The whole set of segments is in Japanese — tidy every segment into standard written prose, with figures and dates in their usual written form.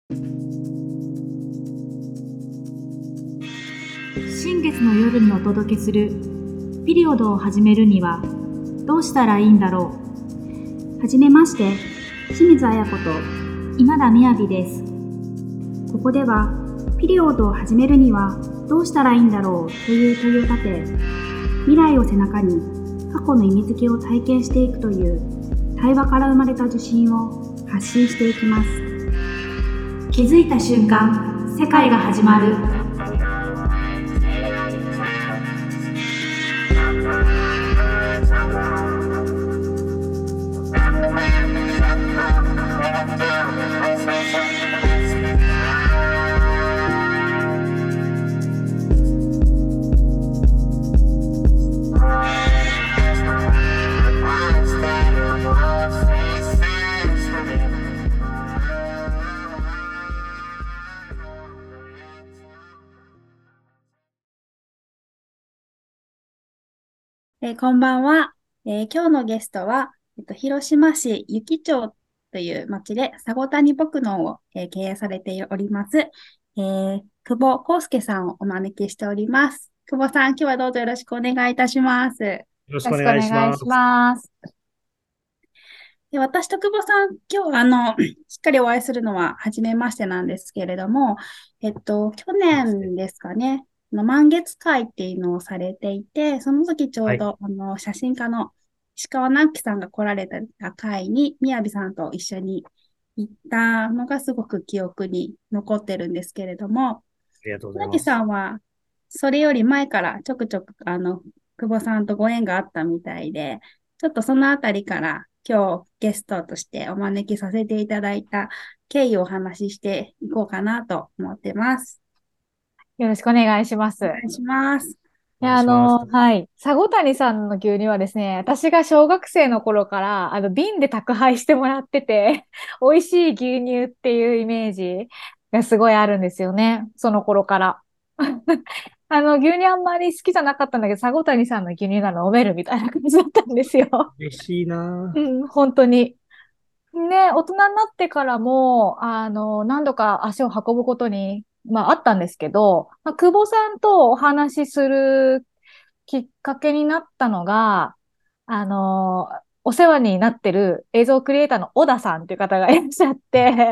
新月の夜にお届けするピリオドを始めるにはどうしたらいいんだろう。はじめまして、清水彩子と今田みやびです。ここではピリオドを始めるにはどうしたらいいんだろうという問いを立て、未来を背中に過去の意味付けを体験していくという対話から生まれた受信を発信していきます。気づいた瞬間、世界が始まる。 こんばんは。今日のゲストは、広島市湯来町という町で、佐古谷牧農を、経営されております、久保康介さんをお招きしております。久保さん、今日はどうぞよろしくお願いいたします。 よろしよろしくおくお願いし願いします。 ます。 で、私と久保さん、今日しっかりお会いするのは初めましてなんですけれども、去そうですね。 年ですかね、満月会っていうのをされていて、その時ちょはい。 うど、写真家の石川直樹さんが来られた会に、みやびさんと一緒に行ったのがすごく記憶に残ってるんですけれども、 ありがとうござい直樹ます。 さんは、それより前からちょくちょく、久保さんとご縁があったみたいで、ちょっとそのあたりから今日ゲストとしてお招きさせていただいた経緯をお話ししていこうかなと思ってます。 よろしくお願いします。 お願いします。 お願いします。 はい。佐護谷さんの牛乳はですね、私が小学生の頃から、瓶で宅配してもらってて、美味しい牛乳っていうイメージがすごいあるんですよね。その頃から。牛乳あんまり好きじゃなかったんだけど、佐護谷さんの牛乳なら飲めるみたいな感じだったんですよ。 嬉しいなうん、本当に。ね、大人になってからも、何度か足を運ぶことに、あったんですけど、久保さんとお話しするきっかけになったのが、あの、お世話になってる映像クリエイターの小田さんという方がいらっしゃって、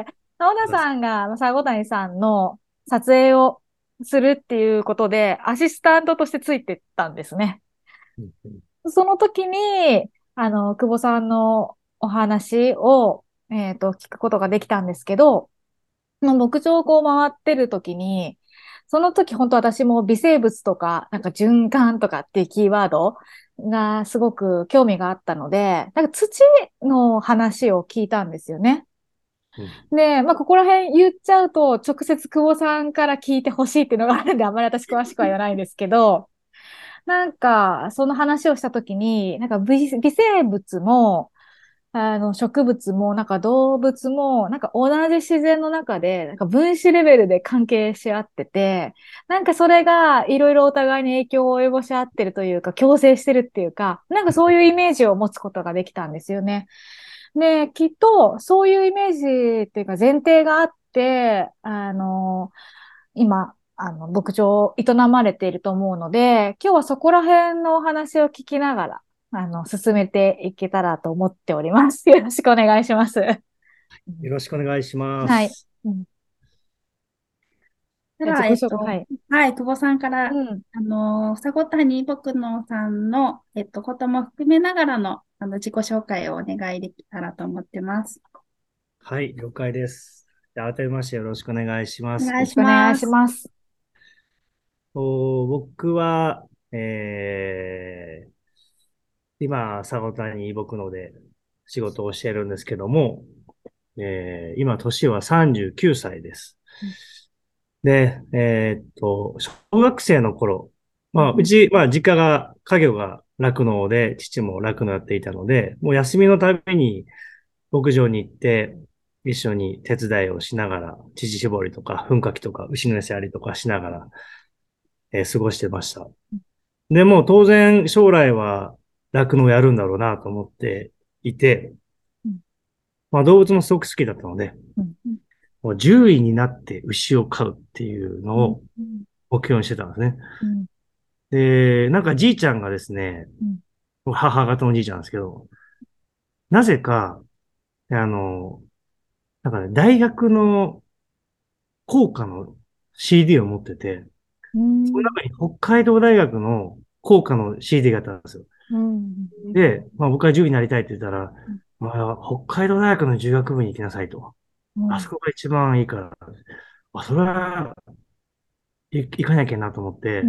小田ぁ。 さんが佐護谷さんの撮影をするっていうことで、アシスタントとしてついてったんですね。 うんうん。 その時に、久保さんのお話を、聞くことができたんですけど、牧場をこう回ってる時に、その時本当私も微生物とか、なんか循環とかっていうキーワードがすごく興味があったので、なんか土の話を聞いたんですよね。 うん。 で、ここら辺言っちゃうと、直接久保さんから聞いてほしいっていうのがあるんで、あんまり私詳しくは言わないんですけど、なんか、その話をしたときに、なんか微生物も、植物も、なんか動物も、なんか同じ自然の中で、なんか分子レベルで関係し合ってて、なんかそれがいろいろお互いに影響を及ぼし合ってるというか、共生してるっていうか、なんかそういうイメージを持つことができたんですよね。で、きっとそういうイメージっていうか前提があって、今、牧場を営まれていると思うので、今日はそこら辺のお話を聞きながら、進めていけたらと思っております。よろしくお願いします。うん。 よろしくお願いしまはい。 す。 うん。じゃあ自ただ、 己紹介、はい。 はい、久保さんから、 うん。 佐古谷牧野さんの、ことも含めながらの、自己紹介をお願いできたらと思ってます。 はい、了解です。で改めましてよろしくお願いします。 お願いしよろしくお願います。 します。 僕は、今、佐賀谷僕ので仕事をしているんですけども、今、年は39歳です。 うん。 で、小学生の頃、 うん。 実家が、家業が酪農で、父も酪農やっていたので、もう休みのたびに牧場に行って、一緒に手伝いをしながら、乳搾りとか、噴火器とか、牛の餌やりとかしながら、過ごしてました。でも当然、将来は酪農をやるんだろうなと思っていて、 うん。 動物もすごく好きだったので、 うん。 もう獣医になって牛を飼うっていうのうん。 を目標にしてたんですね。 うん。 で、なんかじいちゃんがですね、 うん母方のじいちゃんなんですけど、なぜか、あの、なんかね、大学の校歌の CD を持ってて、 うそのん。 中に北海道大学の校歌の CD があったんですよ。 うん。 で、まあ僕は獣医になりたいって言ったら、まあ、北海道大学の獣学部に行きなさいと。あそこが一番いいから。あ、それは行かなきゃなと思って、 うん。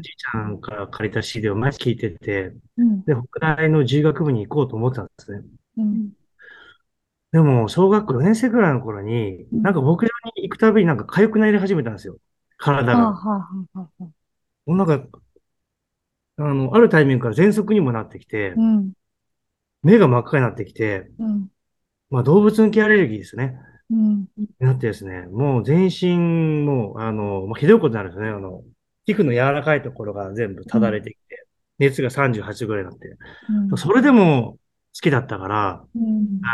じいちゃんから借りた CD を毎日聞いてて、 うん。 で、北大の獣学部に行こうと思ってたんですね。 うん。 でも、小学校4年生くらいの頃に、 うん。 なんか牧場に行くたびになんか痒くなり始めたんですよ。体はあ、 が。 はあ、はあ、はあ。 もうなんか、あるタイミングから喘息にもなってきて、 うん。 目が真っ赤になってきて、 うん。 まあ動物抜きアレルギーですね。 うん。 なってですね、もう全身、もう、まあ、ひどいことになるんですね。皮膚の柔らかいところが全部ただうん。 れてきて、熱が38ぐらいになって。 うん。 それでも好きだったから、 うん。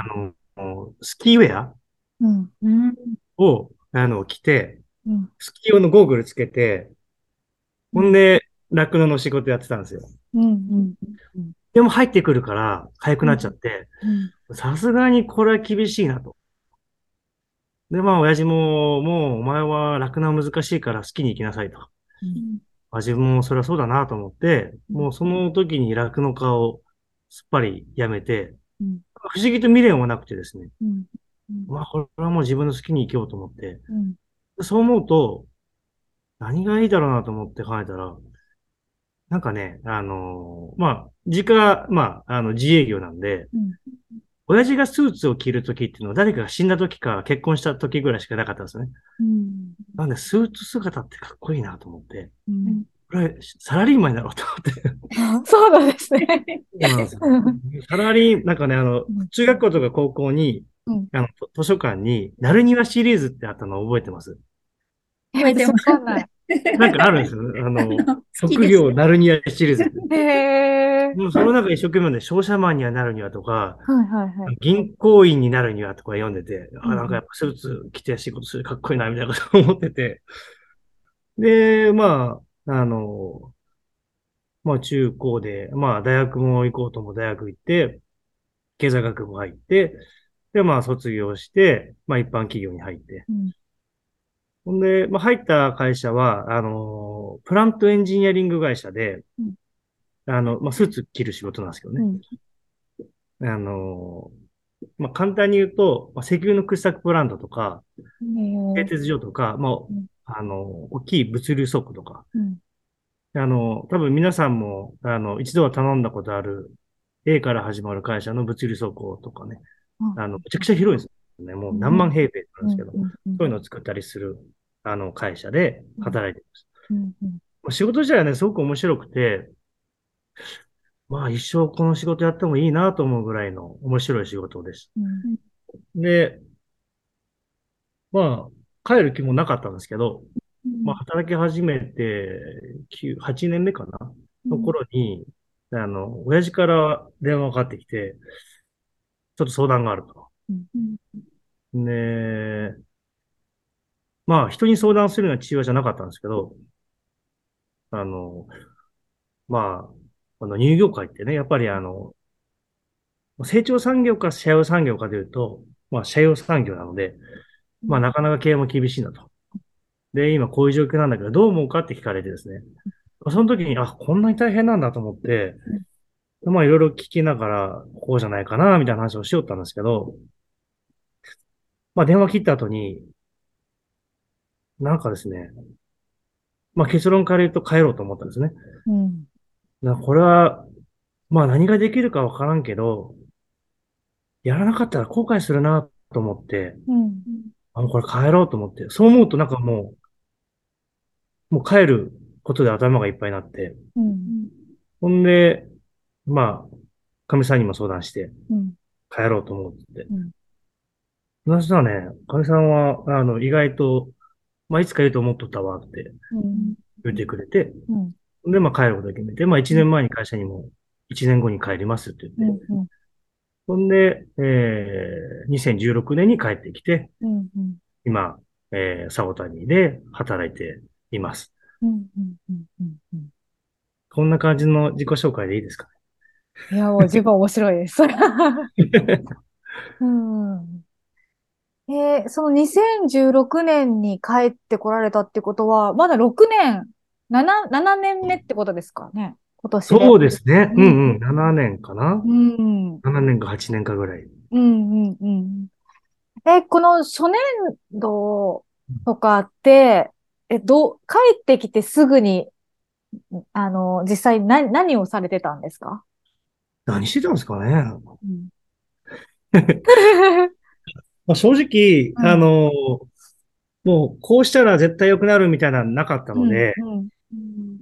スキーウェアうん。 うん。 を、着て、 うん。 スキー用のゴーグルつけて、 うん。 ほんで、酪農の仕事やってたんですよ。 うん。うん。 でも入ってくるから、痒くなっちゃって、 うん。 さすがにこれは厳しいなと。で、まあ、親父も、もうお前は酪農難しいから好きに行きなさいと。 うん。 まあ、自分もそれはそうだなと思って、もうその時に酪農家をすっぱりやめて、 うん。 不思議と未練はなくてですね、 うん。うん。 まあ、これはもう自分の好きに生きようと思って、 うん。 そう思うと、何がいいだろうなと思って考えたら、なんかね、まあ、まあ、自営業なんで、 うん。 親父がスーツを着る時っていうのは誰かが死んだ時か結婚した時ぐらいしかなかったんですね。 うん。 なんで、スーツ姿ってかっこいいなと思って、 うん。 これ、サラリーマンになろうと思って。 そうなんですね。 そうなんですよ。 うん。 なんかね、 うん。 中学校とか高校に、 うん。 図書館に、なるにわシリーズってあったのを覚えてます。 私わ覚えてます。 かんない。 なんかあるんですよ。 好き職です。 業なるにわシリーズって。 へえ。 もうその中一生懸命で商社マンにはなるにはとか、 はいはいはい。 銀行員になるにはとか読んでて、あ、なんかやうん。 っぱスーツ着て仕事するかっこいいな、みたいなことを思ってて。で、まあ中高で、まあ大学も行こうとも大学行って、経済学部入って、で、まあ卒業して、まあ一般企業に入って。 うん。 ほんで、まあ入った会社は、プラントエンジニアリング会社で、 うん。 まあスーツ着る仕事なんですけどね。 うん。 あのまあ簡単に言うと、まあ、石油の掘削プラントとか、 へえ。 製鉄所とか、まうん。 あ、大きい物流倉庫とか、 うん。 多分皆さんも、一度は頼んだことある A から始まる会社の物流倉庫とかね、 あ、 めちゃくちゃ広いんですよね。もう何うん。 万平米なんうん。 ですけど、 うん。うん。 そういうのを作ったりする、会社でうん。 働いてます。 うん。うん。 まあ仕事自体はね、すごく面白くて、まあ一生この仕事やってもいいなと思うぐらいの面白い仕事です。 うん。 で、まあ、帰る気もなかったんですけど、まあ、 うん。 働き始めて、8年目かなのうん。 頃に、親父から電話がかかってきて、ちょっと相談があると。 うん。 で、まあ、人に相談するような父親じゃなかったんですけど、あの、ま乳業界ってね、やっぱり成長産業か斜陽産業かでいうと、まあ、斜陽産業なので、まあ、なかなか経営も厳しいなと。で、今こういう状況なんだけど、どう思うかって聞かれてですね。その時に、あ、こんなに大変なんだと思って、まあいろいろ聞きながら、こうじゃないかな、みたいな話をしよったんですけど、まあ電話切った後に、なんかですね、まあ結論から言うと帰ろうと思ったんですね。 うん。 これは、まあ何ができるかわからんけど、やらなかったら後悔するなと思って、 うん。 もうこれ帰ろうと思って、そう思うとなんかもう帰ることで頭がいっぱいになって、 うん。 ほんで、まあ、かみさんにも相談してうん。 帰ろうと思って。 うん。 そしたらね、かみさんは、意外と、まあ、いつか言うと思っとったわってうん。 言ってくれて、 うん。 で、まあ、帰ることを決めて、まあ、1年前に会社にも、1年後に帰りますって言って、 うん。うん。 ほんで、2016年に帰ってきて、 うん。 今、サボタニーで働いています。 うん、うん、うん、うん。うん。 こんな感じの自己紹介でいいですかいや、もう十分面白いです。 ね？ うん。その2016年に帰ってこられたってことは、まだ6年、7年目ってことですかね。今年で。 そうですね。ううん、 んうん。7年かな？ うん、うん、 7 年か8年かぐらい。 うん、うん。この初年度とかって、帰ってきてすぐに、実際何をされてたんですか？ 何してたんですかね。 うん。 まあ、正直、 うん、 もうこうしたら絶対良くなるみたいなのなかったうん、 ので、 うん、うん、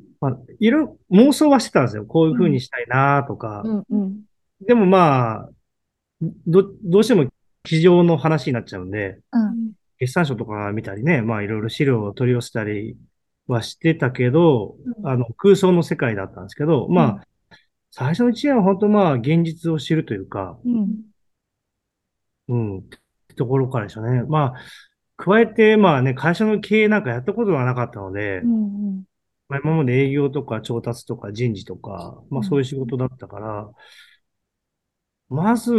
まあ、妄想はしてたんですよ。こういううん、 風にしたいなとか。 うん、うん、 でもまあ、どうしても机上の話になっちゃうんで、 うん、 決算書とか見たりね、まあいろいろ資料を取り寄せたりはしてたけど、空想の世界だったんですけど、 うん、 まあ、最初の1年は本当まあ現実を知るというか、 うん、 うん、ってところからでしたね。まあ、加えてまあね、会社の経営なんかやったことがなかったので、 うん、 まあ、今まで営業とか調達とか人事とか、まあそういう仕事だったから、まず、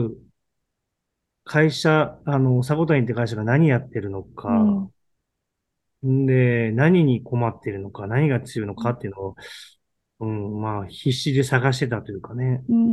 サボタインって会社が何やってるのか、 うん、 んで、何に困ってるのか、何が強いのかっていうのを、うん、まあ必死で探してたというかね、 うん、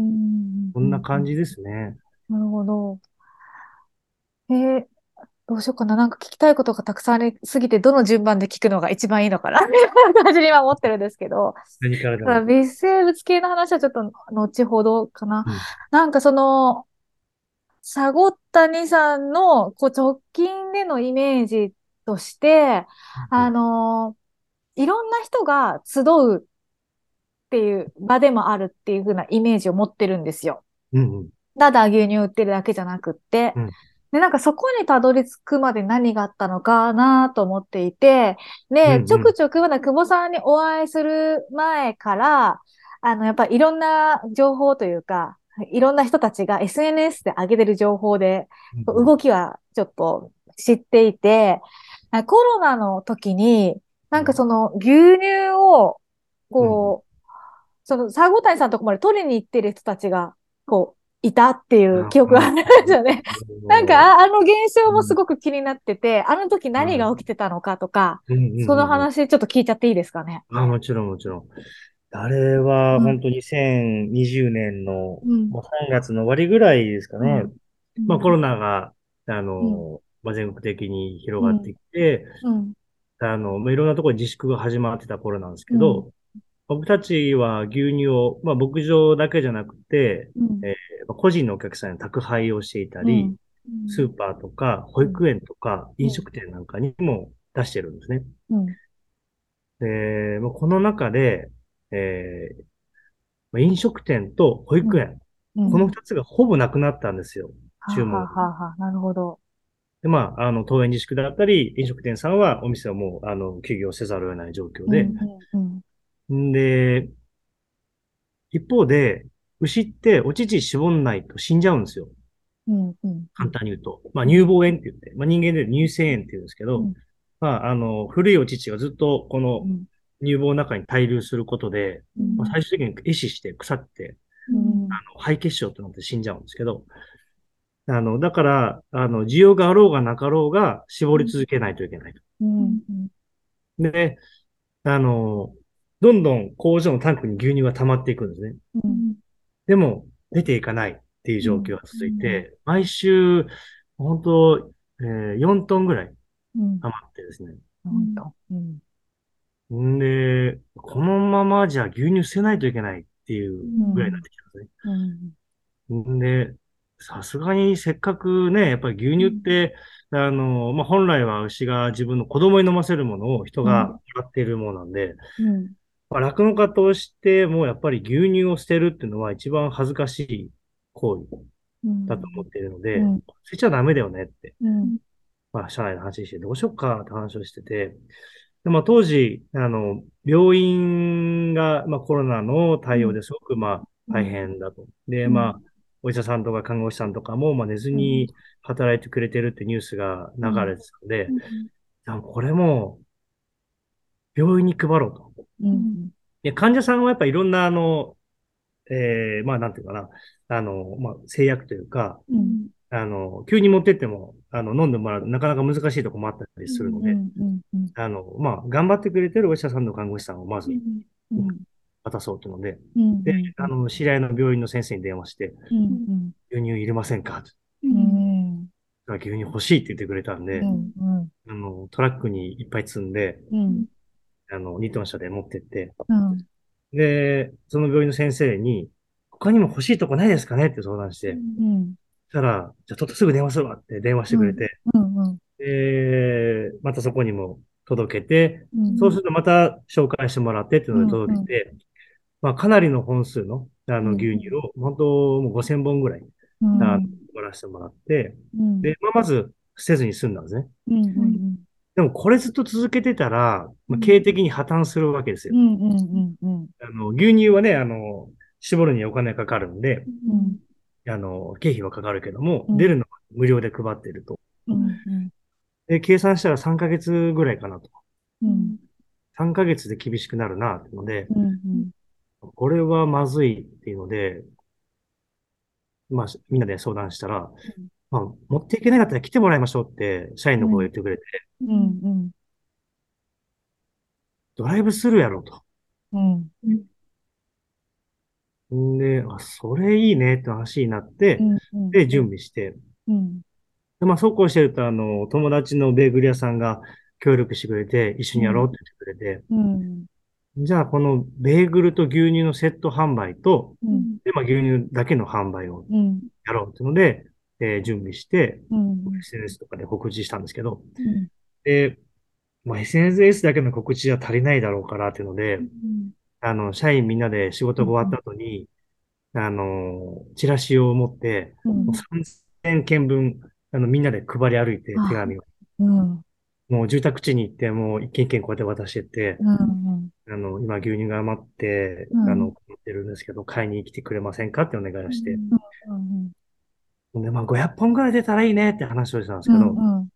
そんな感じですね。 なるほど。えーどうしようかな。なんか聞きたいことがたくさんありすぎて、どの順番で聞くのが一番いいのかなみたいな感じに今思ってるんですけど。 何からでも。 ただ微生物系の話はちょっと後ほどかな。 うん。 なんかその、サゴッタニさんのこう直近でのイメージとして、 うん。 あの、いろんな人が集うっていう場でもあるっていう風なイメージを持ってるんですよ。 うん。うん。 ただ牛乳売ってるだけじゃなくって。 うん。 で、なんかそこにたどり着くまで何があったのかなと思っていて、で、ちょうん。 くちょくまだ久保さんにお会いする前から、やっぱいろんな情報というか、いろんな人たちが SNS で上げてる情報で、 うん。 動きはちょっと知っていて、コロナの時に、なんかその牛乳を、 うん。 こう、その、サーゴタニさんのとこまで取りに行ってる人たちが、こう、いたっていう記憶があるんですよね。なんか、あの現象もすごく気になってて、あの時何が起きてたのかとか、 うん。うん。 そのうん。 話ちょっと聞いちゃっていいですかね。 あ、もちろん、もちろん。あれは、 うん、 本当2020年の、 うん、 もう3月の終わりぐらいですかね。 うん、うまあコん、 ロナが、 うん、 まあ、全国的に広うん、 がってきて、 うん、 まあ、いろんなところに自粛が始まってた頃なんですけうん、 ど、僕たちは牛乳を、まあ、牧場だけじゃなくて、 うん、 まあ個人のお客さんに宅配をしていたり、 うん、 スーパーとか保育園とか飲食店なんかにも出してるんですね。 うん、 で、まあこの中で、えーまあ飲食店と保うん、 育園、 うん。 この二つがほぼなくなったんですよ。 はあ、はあ、 注文。 はあ、はあ、なるほど。 で、まあ、登園自粛だったり、飲食店さんはお店をもう、休業せざるを得ない状況で。 うん、うん、 んで、一方で、牛ってお乳絞んないと死んじゃうんですよ。 うん、うん、う簡ん、 単に言うと。まあ、 うん、 乳房炎って言って、まあ、人間で乳腺炎って言うんですけど、 うん、 まあ、古いお乳がずっとこのうん、 乳房の中に滞留することで、まあ、 うん、 最終的に壊死して腐って、 うん、 肺血症となって死んじゃうんですけど、だから、需要があろうがなかろうが絞り続けないといけないと。 うん、うん、 で、あの、どんどん工場のタンクに牛乳が溜まっていくんですね。 うん、 でも、出ていかないっていううん、 状況が続いて、毎週、本当、4トンぐらいうん、 余ってですね。 本当。うん、 んで、このままじゃ牛乳捨てないといけないっていうぐらいになっうん、 てきたんですうん、 ね。んで、さすがにせっかくね、やっぱり牛乳って、まあ、本来は牛が自分の子供に飲ませるものを人がうん、 もらっているものなんで、 うん、 まあ、酪農家としてもやっぱり牛乳を捨てるっていうのは一番恥ずかしい行為うだと思ん、 っているので、 うん、 捨てちゃダメだよねって、 うん、 まあ、社内で話してどうしようかって話をしてて、で、まあ、当時、病院が、まあ、コロナの対応ですごく、まあ、大変だと。で、まあ、 お医者さんとか看護師さんとかも、寝ずに働いてくれてるってニュースが流れてたので、これも病院に配ろうと。患者さんはやっぱいろんな、なんていうかな、制約というか、急に持ってっても、飲んでもらうとなかなか難しいところもあったりするので、頑張ってくれてるお医者さんの看護師さんをまず渡そうというので、で、知り合いの病院の先生に電話して、牛乳いりませんかと。牛乳欲しいって言ってくれたんで、トラックにいっぱい積んで、2トン車で持ってって、で、その病院の先生に、他にも欲しいとこないですかねって相談して、そしたら、じゃあちょっとすぐ電話するわって電話してくれて、で、またそこにも届けて、そうするとまた紹介してもらってっていうので届けて、かなりの本数の、牛乳を、本当もう5000本ぐらい、配らせてもらって、で、まず捨てずに済んだんですね。でもこれずっと続けてたら、経営的に破綻するわけですよ。牛乳はね、絞るにお金かかるんで、経費はかかるけども、出るのは無料で配っていると。で、計算したら3ヶ月ぐらいかなと。3ヶ月で厳しくなるな、っていうので、これはまずいっていうので、みんなで相談したら、持っていけないかったら来てもらいましょうって、社員の子が言ってくれて、ドライブスルーやろうと。で、それいいねって話になって、で、準備して、でそうこうしてると、友達のベーグル屋さんが協力してくれて、一緒にやろうって言ってくれて、じゃあ、このベーグルと牛乳のセット販売と、で、牛乳だけの販売をやろうっていうので、準備して、SNS とかで告知したんですけど、で、SNS だけの告知じゃ足りないだろうからっていうので、社員みんなで仕事が終わった後に、チラシを持って、もう3000件分、みんなで配り歩いて手紙を。もう住宅地に行って、もう一軒一軒こうやって渡してって、今牛乳が余って、困ってるんですけど、買いに来てくれませんかってお願いをして。で、500本ぐらい出たらいいねって話をしたんですけど、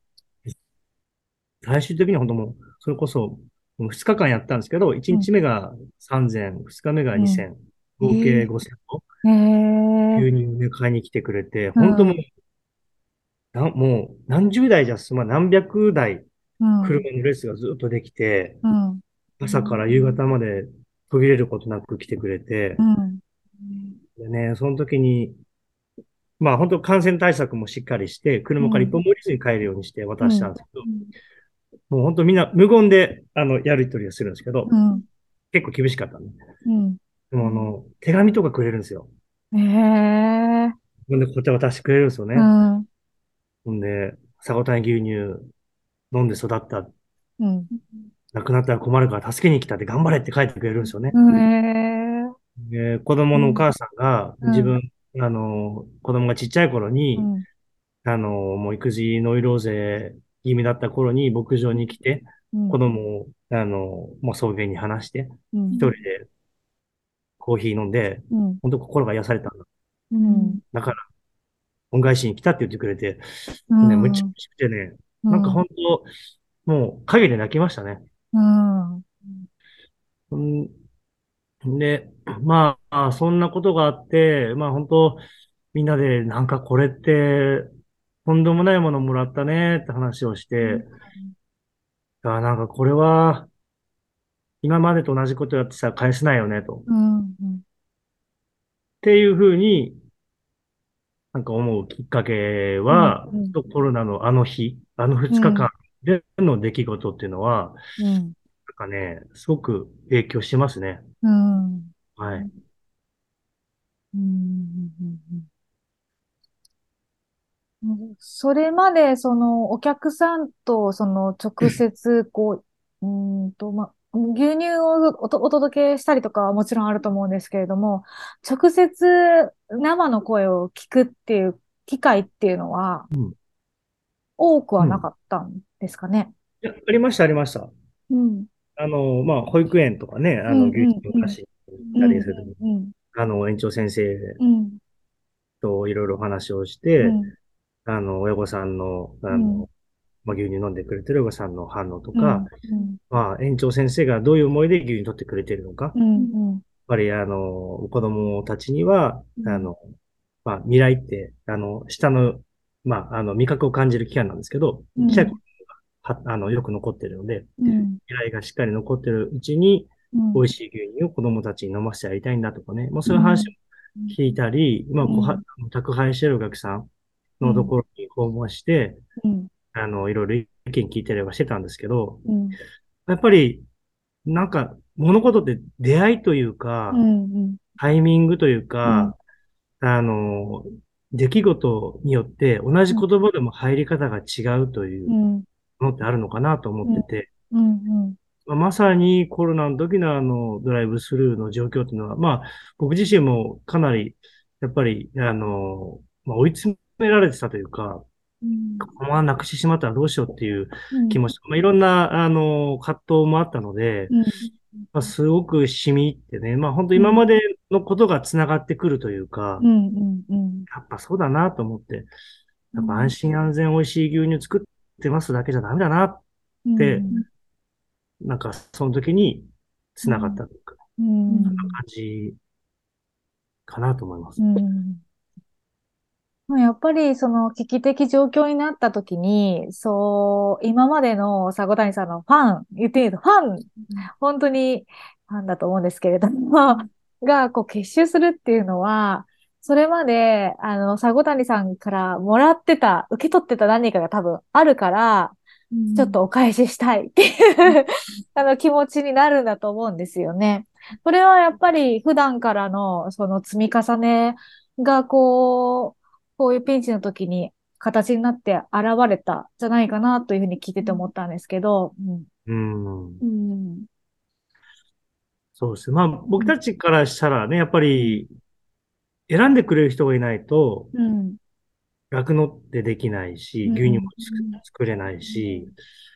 最終的には本当もう、それこそ、2日間やったんですけど、1日目が3000、2日目が2000、合計5000本、牛乳ね、買いに来てくれて、本当もう何十台じゃ済ま何百台、車のレースがずっとできて、朝から夕方まで途切れることなく来てくれて、でね、その時に、本当感染対策もしっかりして、車から一歩も降りずに帰るようにして渡したんですけど、もう本当みんな無言で、やり取りをするんですけど、結構厳しかったね。でも手紙とかくれるんですよ。ほんで、こっち渡してくれるんですよね。ほんで、サゴタン牛乳飲んで育った。亡くなったら困るから助けに来たって頑張れって書いてくれるんですよね。で、子供のお母さんが、子供がちっちゃい頃に、もう育児ノイローゼ気味だった頃に牧場に来て、子供を、もう草原に離して、一人でコーヒー飲んで、本当心が癒されたんだ。だから、恩返しに来たって言ってくれて、ね、むっちゃ嬉しくてね、なんか本当、もう陰で泣きましたね。で、そんなことがあって、本当、みんなで、なんかこれって、とんでもないものもらったねって話をして、なんかこれは、今までと同じことやってさ、返せないよね、と。っていうふうに、なんか思うきっかけは、コロナのあの日、あの2日間での出来事っていうのは、なんかね、すごく影響しますね。はい。 それまで、お客さんと、直接、牛乳をお届けしたりとかはもちろんあると思うんですけれども、直接生の声を聞くっていう機会っていうのは、多くはなかったんですかね。 いや、ありました、ありました。保育園とかね、牛乳を貸しに行ったりすると、園長先生といろいろお話をしうて、 ん、 親御さんの、 うん、 牛乳飲んでくれてる親御さんの反応とか、 うん、うん、 園長先生がどういう思いで牛乳取ってくれてるのか、やっうん、 ぱり、子供たちには、未来って、下の、味覚を感じる器官なんですけど、 うん、 ちっちゃい頃は、よく残ってるので、 うん、 未来がしっかり残ってるうちに、 うん、 美味しい牛乳を子供たちに飲ませてやりたいんだとかね、そういう話をうん、 聞いたり、 うん、 宅配してるお客さんうん、 のところに訪問して、 うん、 いろいろ意見聞いたりはしてたんですけど、 うん、 やっぱり、なんか、物事って出会いというか、 うん、うん、 タイミングといううん、 か、あの、出来事によって同じ言葉でも入り方が違うといううん、 のってあるのかなと思ってて、 うん、 まさにコロナの時のドライブスルーの状況っていうのは、僕自身もかなり、やっぱり、追い詰められてたというか、 うん、 なくしてしまったらどうしようっていううん、 気持ち、いろんな、葛藤もあったので、 うん、 すごく染み入ってね、本当うん、 今までのことがつながってくるというか、 うん、うん、 やっぱそうだなと思って、やっぱ安うん、 心安全美味しい牛乳作ってますだけじゃダメだなって、 うん、 その時にうん、 繋がったというか、 うそんなん、 感じかなと思いまうす。 ん。やっぱりその危機的状況になった時に、今までの佐谷さんのファン、言ってみるとファン、本当にファンだと思うんですけれども、がこう結集するっていうのは、それまで、佐谷さんからもらってた、受け取ってた何かが多分あるから、ちょっとお返ししたいっていう気持ちになるんだと思うんですよね。これはやっぱり普段からのその積み重ねがこういうピンチの時に形になって現れたじゃないかなというふうに聞いてて思ったんですけど、うん。 うん。 うん。 そうですね。僕うん。 たちからしたらね、やっぱうん。 り選んでくれる人がいないと、 うん。 酪農ってできないし、牛乳もうん。 作れないし、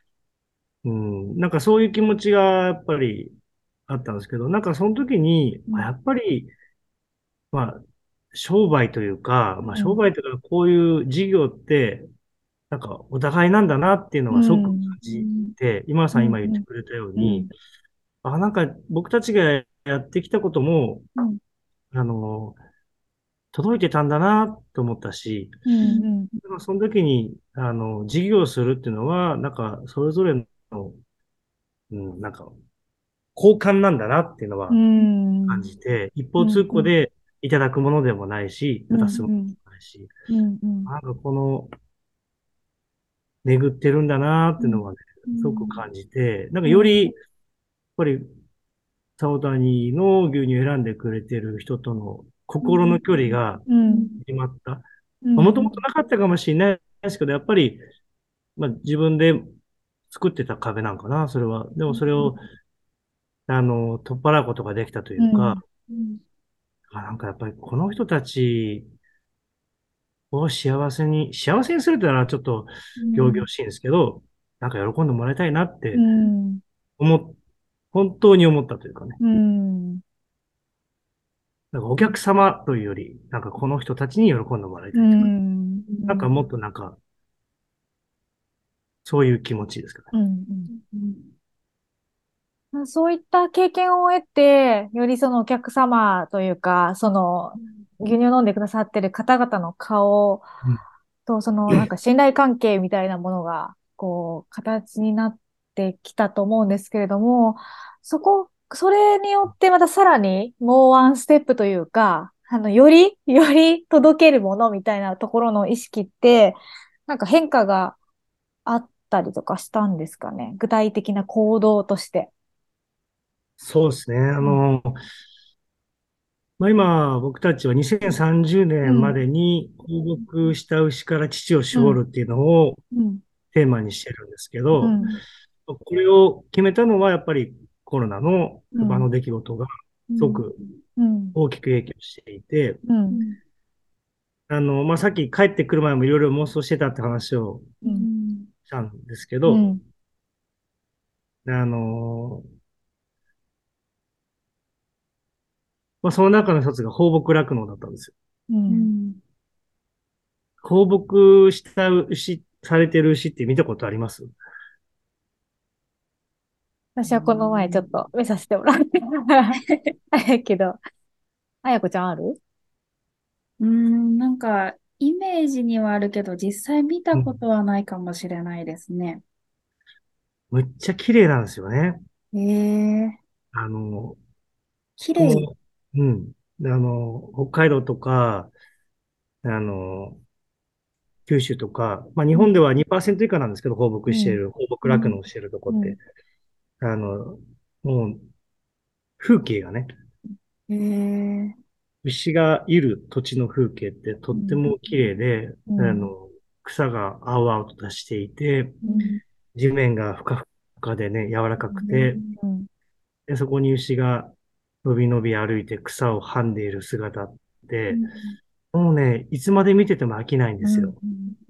そういう気持ちがやっぱりあったんですけど、その時に、 うん。 やっぱり、まあ、商売というか、商うん。 売というか、こういう事業って、お互いなんだなっていうのうがすごく感ん。 じて、今さん今言ってくれたように、 うん。 僕たちがやってきたことも、 うん。 あの、届いてたんだなと思ったし、 うん。うん。 でもその時に、事業をするっていうのは、それぞれの、交換なんだなっていうのうは感ん。 じて、一方通うん。うん。 行でいただくものでもないし、 うん。 渡すものでうん。 もないし、 うん。うん。 この、巡ってるんだなっていうのはね、 うすごくん。 感じて、 うん。 より、やっぱり、サオタニの牛乳を選んでくれてる人との心の距離がうん。 決まった。 うん。 もともとなかったかもしれないですけど、やっぱり、自分で作ってた壁なんかな、それは。でもそれを、取っ払うことができたというか、 うん。 やっぱりこの人たちを幸せにするというのはちょっと仰々しいんですけど、喜んでもらいたいなっうてん。 思っ、本当に思ったというかね。 うん。 お客様というより、この人たちに喜んでもらいうたいとか、 ん。 もっとそういう気持ちですかね。 うん。そういった経験を得て、よりそのお客様というか、牛乳を飲んでくださってる方々の顔うん。 と、信頼関係みたいなものが、形になってきたと思うんですけれども、それによってまたさらにもうワンステップというか、より届けるものみたいなところの意識って、変化があったりとかしたんですかね。具体的な行動として。 そうですね。 うん。 今、僕たちは2030年まうん。 でに放牧した牛から乳をうん。 絞るっていうのをうん。 テーマにしてるんですけど、 うん。 これを決めたのはやっぱりコロナのうん。 出来事がうん。 すごくうん。 大きく影響していて、 うん。 さっき帰ってくる前もいろいろ妄想してたって話をうん。 したんですけど、 うん。 あの、その中の一つが放牧酪農だったんですよ。 うん。 放牧した牛、されてる牛って見たことあります？ 私はこの前ちょっと見させてもらって。あれやけど、あやこちゃんある？ なんか、イメージにはあるけど、実際見たこうん。 とはないかもしれないですね。 むっちゃ綺麗なんですよね。 ええ、 あの、 綺麗。 こう、うん。北海道とか、あの、九州とか、まあ日うん、 本では2%以下なんですけど、 うん、 放牧うん、 酪農してるとこうん、 って。あの、もう風景がね、 ええ、 牛がいる土地の風景ってとうん、 っても綺麗で、 うん、 草が青々としていて、 うん、 地面がふかふかでね、柔らかくて、 うん、 で、そこに牛がのびのび歩いて草をはんでいる姿って、 うん、 もうね、いつまで見てても飽きないんでうん、 すよ。 うん、 うん、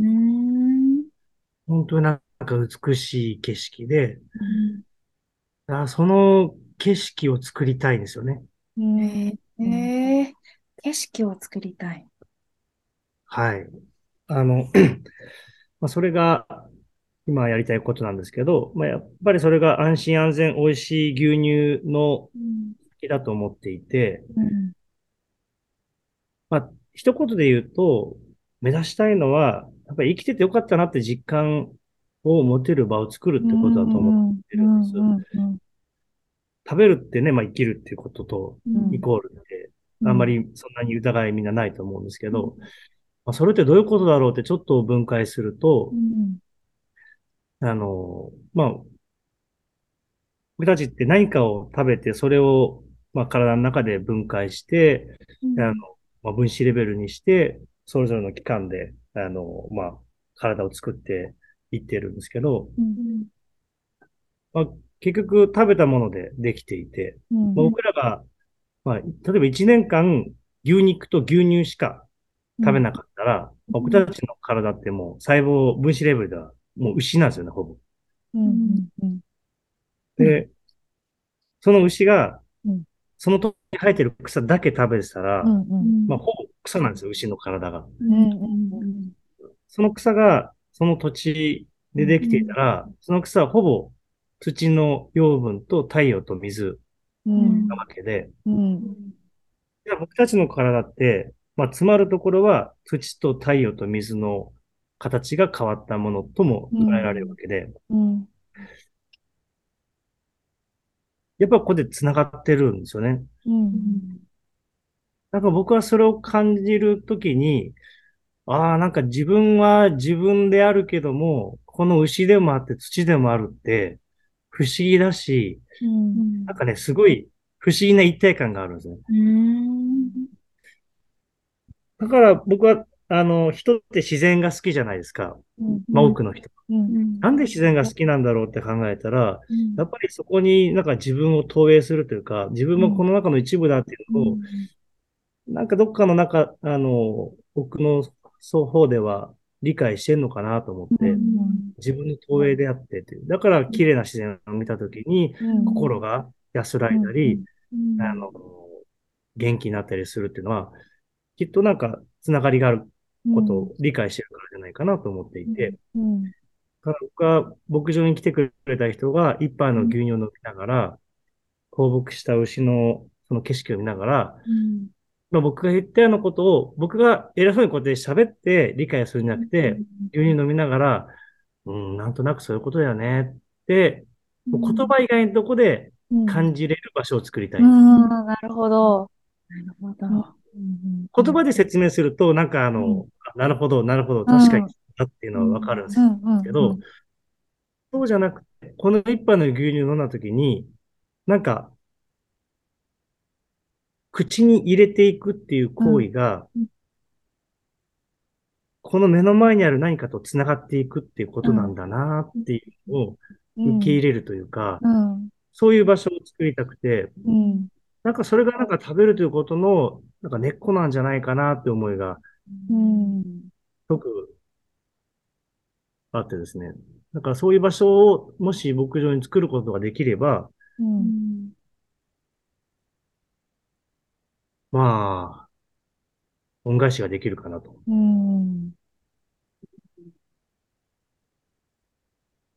本当になんか美しい景色で、 うん、 その景色を作りたいんですよね。 うん、 えうん、 え、景色を作りたい。 はい。あの、まあ、それが今やりたいことなんですけど、まあ、やっぱりそれが安心安全美味しい牛乳のうん、 木だと思っていて、 うん、 まあ、一言で言うと、目指したいのは、やっぱり生きててよかったなって実感を持てる場を作るってことだと思ってるんです。食べるってね、まあ、生きるっていうこととうん、 イコールで、 うん、 あんまりそんなに疑いみんなないと思うんですけど、まあ、それってどういうことだろうってちょっと分解すると、 うん、 まあ、僕たちって何かを食べて、それを、まあ、体の中で分解して、あの、 うん、 まあ、分子レベルにして、それぞれの器官で、まあ、体を作っていってるんですけど、 うん、 うん、 まあ、結局食べたものでできていて、まあ、 うん、 僕らが、まあ、例えば1年間牛肉と牛乳しかうん、 食べなかったら、僕たちの体ってもう細胞分子レベルではもう牛なんですよね、ほぼ。 うん、うん、 で、その牛が、 うん、 その時に生えてる草だけ食べてたら、 うん、うん、 まあ、ほぼ草なんですよ、牛の体が。 うん、 うん、 うん、 その草が、その土地うん、 でできていたら、その草はほぼ土の養分と太陽と水なわけで、 うん、 じゃあ僕たちの体って、まあ、詰まるところは土と太陽と水の形が変わったものともうん、 捉えられるわけで、 うん、 やっぱここで繋がってるんですよね。 うん、 なんか僕はそれを感じるときに、ああ、なんか自分は自分であるけども、この牛でもあって土でもあるって不思議だし、 うん、 なんかね、すごい不思議な一体感があるんですね。 うん、 だから僕は、人って自然が好きじゃないですか。まあ多くの人。 うん、 うん、 なんで自然が好きなんだろうって考えたら、 うん、 やっぱりそこになんか自分を投影するというか、自分もこの中の一部だっていうのを、 うん、 なんかどっかの中、僕の方では理解してんのかなと思っうて、 ん、 自分の投影であってっていう。だから綺麗な自然を見たときに、 うん、 心が安らうん、 いだり、 うあの、 ん、 元気になったりするっていうのは、きっとなんかつながりがあることうん、 を理解してるからじゃないかなと思っていて、 うん、 だから僕は牧場に来てくれた人が一杯の牛乳を飲みながら、放牧した牛のその景色を見ながら、 うん、 まあ、僕が言ったようなことを、僕が偉そうにこうやって喋って理解するんじゃなくて、牛乳飲みながら、うん、なんとなくそういうことだよねって、もう言葉以外のとこでうん、 感じれる場所を作りたういんです。 ん、なるほど。 なるほうん、 ど。 うん、うん、 言葉で説明すると、なんかうん、 なるほど、なるほど、 うん、 確かにうん、 だっていうのはわかるんでうすけん、うど、 ん、 そうじゃなくて、この一杯の牛乳を飲んだ時に、なんか、口に入れていくっていううん、 行為が、この目の前にある何かと繋がっていくっていうことなんだなっていうのを受け入うん、 れるというか、 うん、 そういう場所を作りたくて、 うん、 なんかそれがなんか食べるということの、なんか根っこなんじゃないかなって思いが、 うん、 すごくあってですね。だからそういう場所をもし牧場に作ることができれば、 うん、 まあ、恩返しができるかなと。 うん。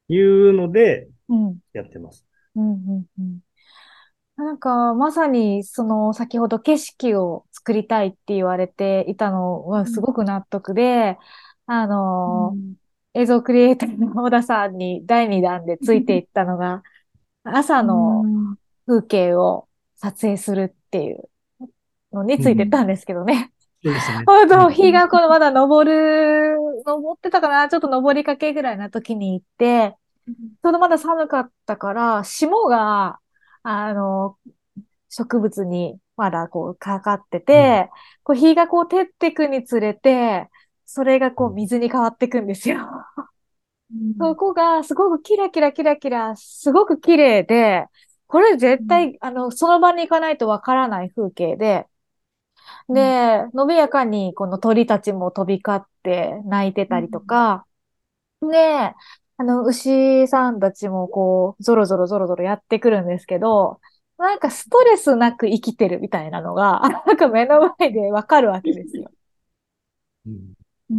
いうのでうん。 やってます。 うん。うん。うん。なんか、まさに、先ほど景色を作りたいって言われていたのはすごく納得で、あの、 うん。 映像クリエイターの小田さんに第2弾でついていったのが、朝うのん。 風景を撮影するっていうのについてったんですけどね。 そうですね。 ほんと、日がこのまだ登ってたかな、ちょっと登りかけぐらいな時に行って、ちょうどまだ寒かったから、霜が、あの、植物にまだこうかかってうん。 て、こう日がこう照ってくにつれて、それがこううん。 水に変わってくんですよ。 うん。 そこがすごくキラキラキラキラ、すごく綺麗で、これ絶対、その場に行かないとわからない風景で、で、伸びやかにこの鳥たちも飛び交って鳴いてたりとか、で、牛さんたちもこう、ゾロゾロゾロゾロやってくるんですけど、なんかストレスなく生きてるみたいなのが、なんか目の前でわかるわけですよ。 うん。 うん。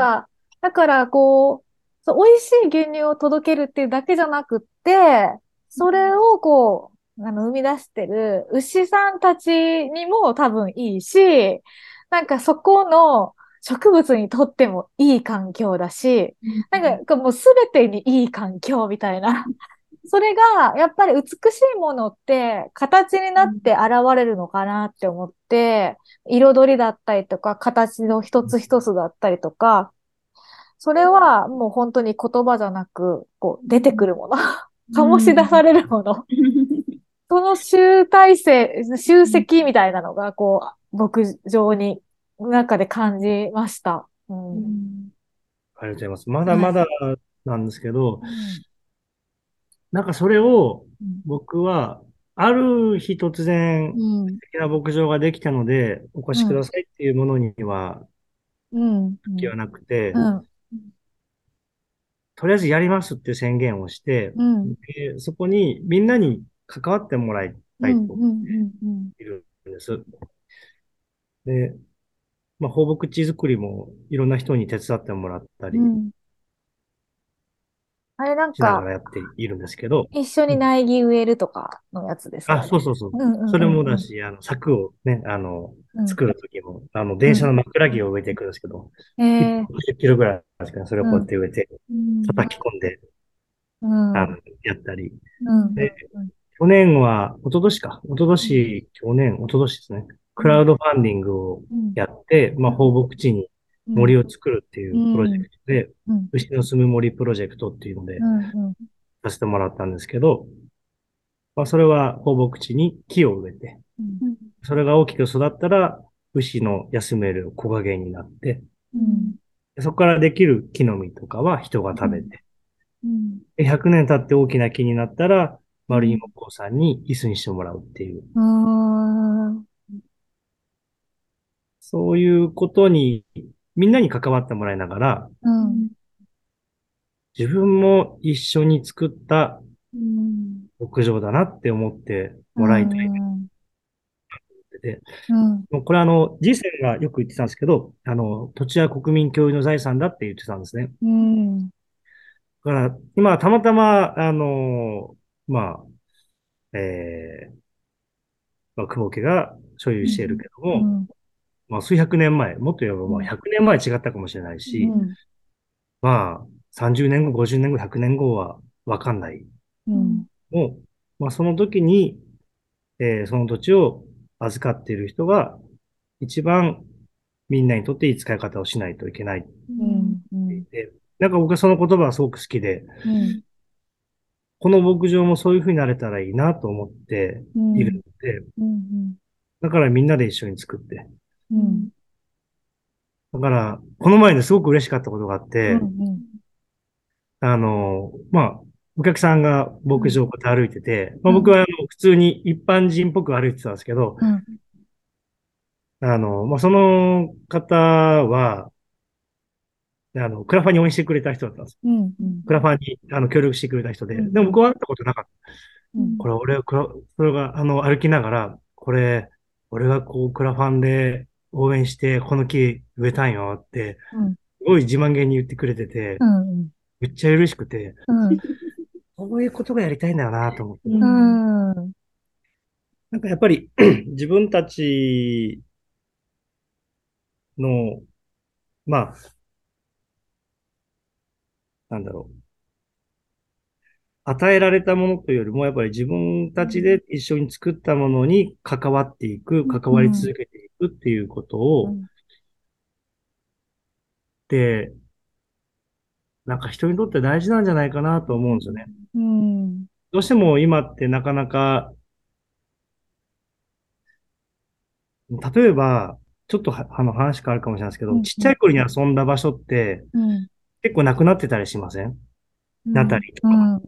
なんか、だからこう、美味しい牛乳を届けるっていうだけじゃなくって、それをこう、生み出してる牛さんたちにも多分いいし、なんかそこの植物にとってもいい環境だし、 うん。 なんかもうすべてにいい環境みたいな。それが、やっぱり美しいものって形になって現れるのかなって思って、彩りだったりとか、形の一つ一つだったりとか、それはもう本当に言葉じゃなく、こう出てくるもの、醸し出されるもの、その集大成、集積みたいなのが、こう、牧場に、中で感じました。ううん。 ん。 ありがとうございます。まだはい。 まだなんですけど、 うん。 なんかそれをうん。 僕は、ある日突然、 うん。 素敵な牧場ができたので、お越うん。 しくださいっていうものにはうん。 気はなくて、 うん。 とりあえずやりますっていう宣言をして、 うん。 でそこにみんなに関わってもらいうん。 たいとうん。うん。 いるんです。で、まあ、放牧地作りもいろんな人に手伝ってもらったりうん。あれなんしながか、 らやっているんですけど、 一緒にうん。 苗木植えるとかのやつですあ、 よね。 そうそうそう。 うん。うそん。 れうん。うん。 もだし、柵をね、 うん。 作るときも、 うん。 電車の枕木を植えていくんですけど、1 えー、 本10キロぐらいですかね、それをこうやっうん。 て植えて、 うん。 叩き込んで、 うん。うん。 やったり。 ううん。 ん。 で、 うん。 去年は、一昨年か。一昨うん。 年、去年、一昨年ですね。 うん。 クラウドファンディングをうん。 やって、まあ、放牧地にうん。 森を作るっていううプロジェん。 クトで、 うん。 牛の住む森プロジェクトっていうので、 うん。うん。 させてもらったんですけど、まあ、それは放牧地に木を植えて、 うん。 うん。 それが大きく育ったら、牛の休める木陰になって、 うん。 でそこからできる木の実とかは人が食べて、 うん。 で100年経って大きな木になったら、 うん。 丸い木工さんに椅子にしてもらうっていう、 うん。 そういうことにみんなに関わってもらいながら、 うん。 うん。 自分も一緒に作ったうん。 牧場だなって思ってうもらいたいん。 ってて、 うん。 もうこれG センがよく言ってたんですけど、土地は国民共有の財産だって言ってたんですね。 うん。 だから、今、たまたま、ままあ、久保家が所有しているけども、 うん。 まあ、数百年前、もっと言えば、まあ、 うん。 100年前違ったかもしれないし、 うん。 まあ、30年後、50年後、100年後はわかんないうん。 もう、まあ、その時に、その土地を預かっている人が、一番みんなにとっていい使い方をしないといけないってうん。 うん。うん。 言って、なんか僕はその言葉はすごく好きで、 うん。 この牧場もそういうふうになれたらいいなと思っているうん。 ので、 うん。 だからみんなで一緒に作って。 うん。 だから、この前ですごく嬉しかったことがあっうん。 て、 うん。 まあ、お客さんが牧場をこうやって歩いてて、まあ、僕うん。 は普通に一般人っぽく歩いてたんですけど、 うん。 まあ、その方は、クラファンに応援してくれた人だったんです。 うん。うん。 クラファンに協力してくれた人で。でもうん。 僕は会ったことなかった。 うん。 これ俺、それが歩きながら、これ、俺がこうクラファンで応援してこの木植えたんよって、 うん。 すごい自慢げに言ってくれてて、 うん。 めっちゃ嬉しくて、 うん。 こういうことがやりたいんだよなと思って。 うん。 なんかやっぱり自分たちの、まあ、なんだろう。与えられたものというよりも、やっぱり自分たちで一緒に作ったものに関わっていく、関わりうん。 続けていくっていうことを、 うん。 で、なんか人にとって大事なんじゃないかなと思うんですよね。 うん。 どうしても今ってなかなか、例えば、ちょっと話変わるかもしれないですけど、 うん。 ちっちゃい頃に遊んだ場所ってうん。 結構なくなってたりしません？なったうん。 りとか。 うん。うん。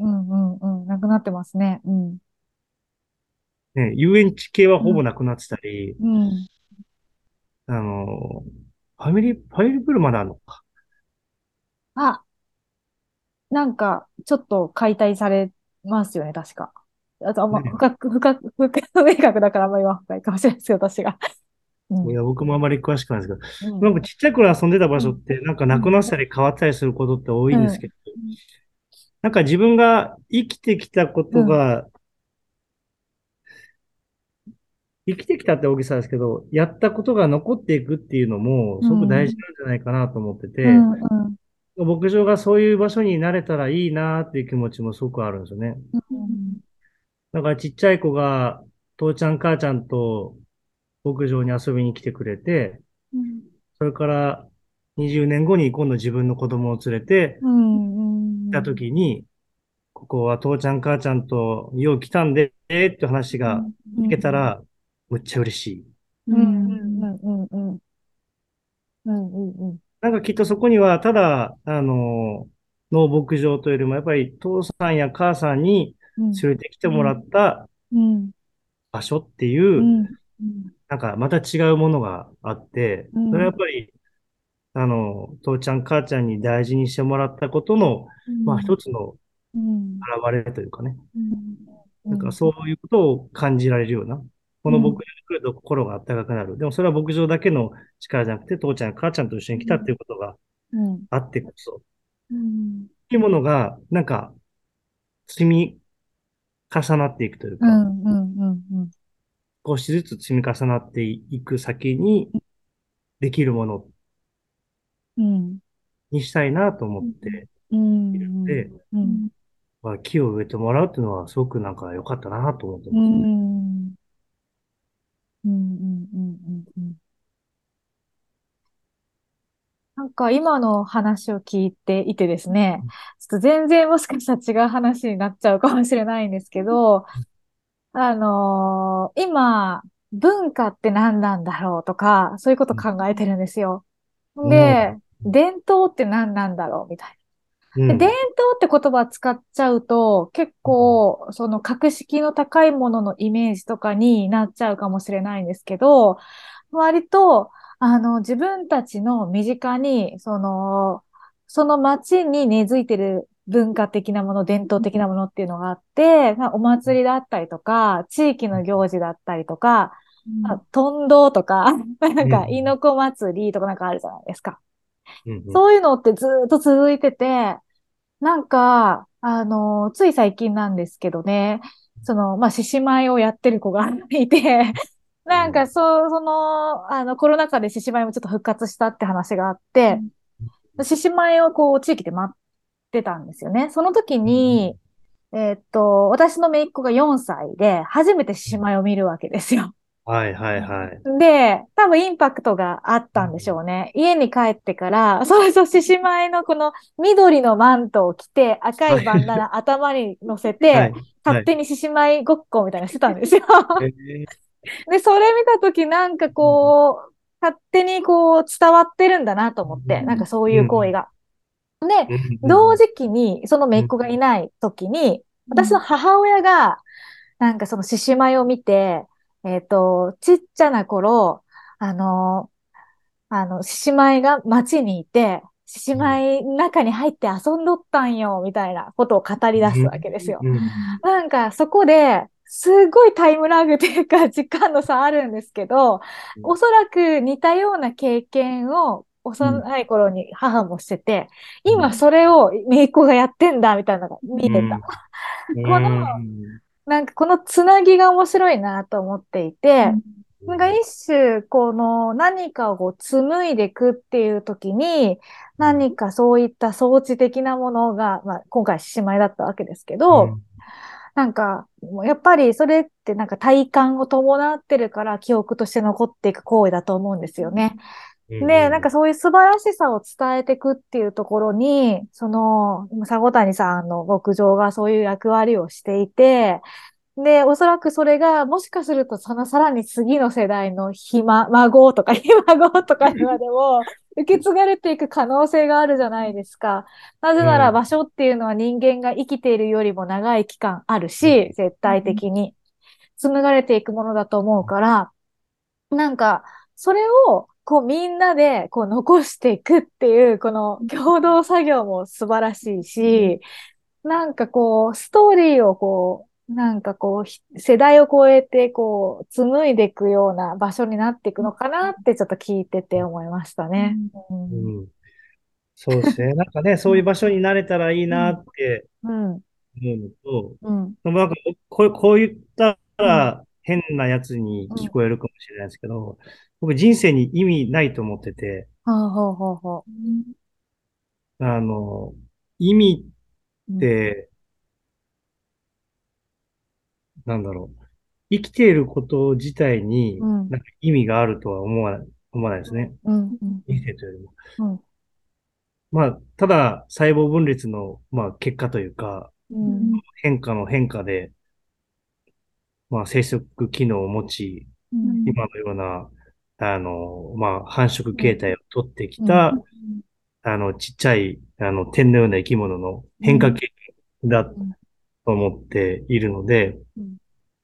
うん。なくなってますね。うん。 ね、遊園地系はほぼうん。 なくなってたり、 うん。 あの、ファミリープールまであるのか。 あ、なんか、ちょっと解体されますよね、確か。あと、まあ、 ね。 不明確だからあんまり言わないかもしれないですけど、私が。うん。 いや、僕もあまり詳しくないですけど、なうん。 んかちっちゃい頃遊んでた場うん。 所って、なんかなくうん。 なったり変わったりすることって多いうん。 んですけど、なんか自分が生きてきたこうん。 とが、生きてきたって大げさですけど、やったことが残っていくっていうのも、 うすごく大事ん。 なんじゃないかなと思ってて、 うん。うん。 牧場がそういう場所になれたらいいなっていう気持ちもすごくあるんですよね。 うん。 だからちっちゃい子が、父ちゃん母ちゃんと牧場に遊びに来てくれて、それから20年後に今度自分の子供を連れてうん。 来たうん。 時に、ここは父ちゃん母ちゃんとよう来たんで、って話が聞けたら、むっちゃ嬉しい。 ううん。 ん。 うん。うん。うん。うん。うん。 なんかきっとそこには、ただ、農牧場というよりも、やっぱり父さんや母さんにうん。 連れてきてもらったうん。 場所っていう、 うん。うん。 なんかまた違うものがあって、それはやっぱり、父ちゃん母ちゃんに大事にしてもらったことの、まあ一つのうん。 現れというかね。 うん。うん。 なんかそういうことを感じられるような、この牧場うん。 に来ると心が温かくなる。でもそれは牧場だけの力じゃなくて、父ちゃん、母ちゃんと一緒に来たっていうことがうん。 あってこそ、 うん。 いいものが、なんか積み重なっていくというか、 うん。うん。うん。うん。 少しずつ積み重なっていく先にできるものうん。 にしたいなと思ってういるのん。 で、 うん。 まあ、木を植えてもらうっていうのはすごくなんか良かったなと思ってうます。 ん。うん。うん。うん。うん。なんか今の話を聞いていてですね、ちょっと全然もしかしたら違う話になっちゃうかもしれないんですけど、今、文化って何なんだろうとか、そういうこと考えてるんですよ。 うん。 で、伝統って何なんだろうみたいな。で、伝うん。 統って言葉使っちゃうと、結構、その格式の高いもののイメージとかになっちゃうかもしれないんですけど、割と、自分たちの身近に、その町に根付いてる文化的なもの、伝統的なものっていうのがあって、お祭りだったりとか、地域の行事だったりとか、トンドとか、なんか、 うん。 猪子祭りとかなんかあるじゃないですか。 うん。うん。 そういうのってずーっと続いてて、なんか、つい最近なんですけどね、まあ、獅子舞をやってる子がいて、なんか、コロナ禍で獅子舞もちょっと復活したって話があって、獅子舞をこう、地域で待ってたんですよね。その時に、私の姪っ子が4歳で、初めて獅子舞を見るわけですよ。 はいはいはい。 で、多分インパクトがあったんでしょうね。家に帰ってから、そうそう、獅子舞のこの緑のマントを着て、赤いバンダはい。 ナ頭に乗せて、 はい。はい。 勝手に獅子舞ごっこみたいなのしてたんですよ。 えで、それ見たときなんかこう、勝手にこう伝わってるんだなと思って、なんかそういう行為うんが。で、 うん。うん同時期に、その姪うん。 っ子がいない時に、私の母親が、なんかその獅子舞を見て、ちっちゃな頃、あの、獅子舞が街にいて、獅子舞の中に入って遊んどったんよ、みたいなことを語り出すわけですよ。 うん。 なんかそこで、すごいタイムラグっていうか時間の差あるんですけど、おそらく似たような経験を幼い頃に母もしてて、 うん今それを姪っ子がやってんだ、みたいなのが見えた。 うん。 この、 うん。 なんかこのつなぎが面白いなと思っていて、なんかうん。 一種、この何かをこう紡いでいくっていう時に、何かそういった装置的なものが、まあ今回獅子舞だったわけですけど、 うん。 なんか、もうやっぱりそれってなんか体感を伴ってるから記憶として残っていく行為だと思うんですよね。で、なんかそういう素晴らしさを伝えていくっていうところに、今佐谷さんの牧場がそういう役割をしていて、で、おそらくそれが、もしかすると、そのさらに次の世代の孫とか、ひ孫とかにまでも、受け継がれていく可能性があるじゃないですか。なぜなら場所っていうのは人間が生きているよりも長い期間あるし、絶対的に紡がれていくものだと思うから、なんか、それを、こうみんなでこう残していくっていう、この共同作業も素晴らしいし、なんかこう、ストーリーをこう、なんかこう、世代を超えてこう、紡いでいくような場所になっていくのかなってちょっと聞いてて思いましたね。うん。 うん。そうですね。なんかね、そういう場所になれたらいいなうん。 ってうん。 思うのと、 うん。 でもなんかこう言ったうん。 ら変なやつにうん。 聞こえるかもしれないですけど、僕人生に意味ないと思ってて、 ほうほうほうほあの、意味っう。うん。 て、なんだろう。生きていること自体にうん。 なんか意味があるとは思わないですね。 うん。うん。 人生というよりも。 うん。 まあ、ただ細胞分裂の、まあ、結果というか、 うん。 変化の変化で、まあ、生殖機能を持ち、 うん。 今のような、まあ、繁殖うん。 形態をとってきうん。 た、ちっちゃい、点のような生き物のうん。 変化系だと思っているので、 うん。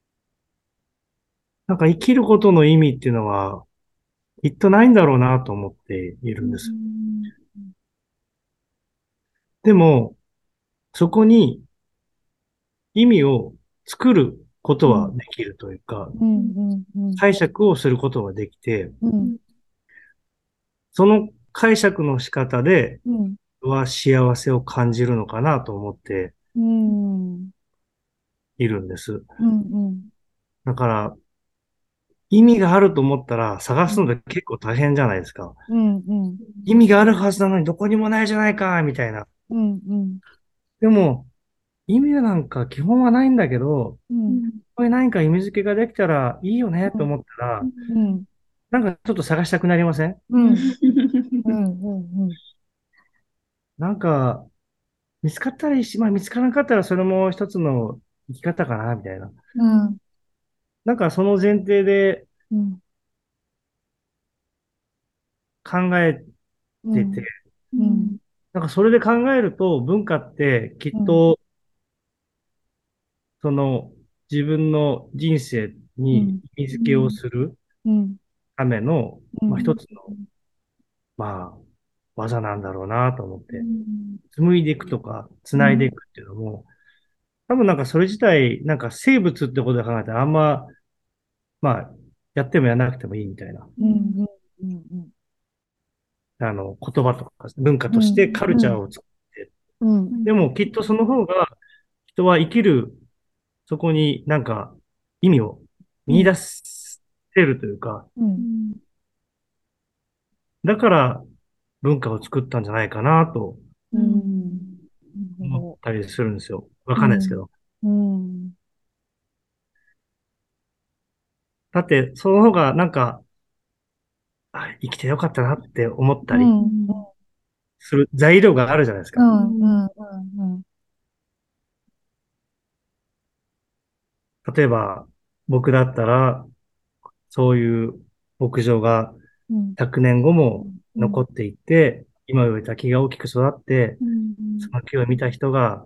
なんか生きることの意味っていうのは、きっとないんだろうなと思っているんです。でも、そこに意味を作ることはできるというか、 うん。うん。 解釈をすることができて、 うん。 その解釈の仕方でうん。 は幸せを感じるのかなと思ってうん。 いるんです。 うん。 だから、意味があると思ったら探すのって結構大変じゃないですか。 うん。うん。 意味があるはずなのにどこにもないじゃないか、みたいな。 うん。うん。 でも、意味なんか基本はないんだけど、 うん。 これ何か意味付けができたらいいよねと思ったら、 うん。 なんかちょっと探したくなりません？ うん。うん。 なんか、見つかったらいいし、まあ見つからなかったらそれも一つの生き方かな、みたいな。 うん。 なんかその前提でうん。 考えてて、 うん。うん。 なんかそれで考えると文化ってきうん。 っとその自分の人生にうん。 意味付けをするうん。 ための、まあ、 うん。 一つの、まあ、技なんだろうなと思って、紡いでいくとか、繋いでいくっていうのも、多分なんかそれ自体、なんか生物ってことで考えたらあんま、まあ、やってもやらなくてもいいみたいな、 うん。うん。 言葉とか文化うん。 としてカルチャーを作って、 うん。 でもきっとその方が人は生きる、そこになんか意味をうん。 見出せるというか、 うん。 だから文化を作ったんじゃないかなとうん。なる思っほたりするんですよ。わど。うん。 かんないですけど。 うん。 だって、その方がなんか、生きてよかったなって思ったりうん。 する材料があるじゃないですか。 うん。うん。うん。 例えば、僕だったら、そういう牧場がうん。 100年後もうん。 残っていって、今植えた木が大きく育って、 うん。 その木を見た人が、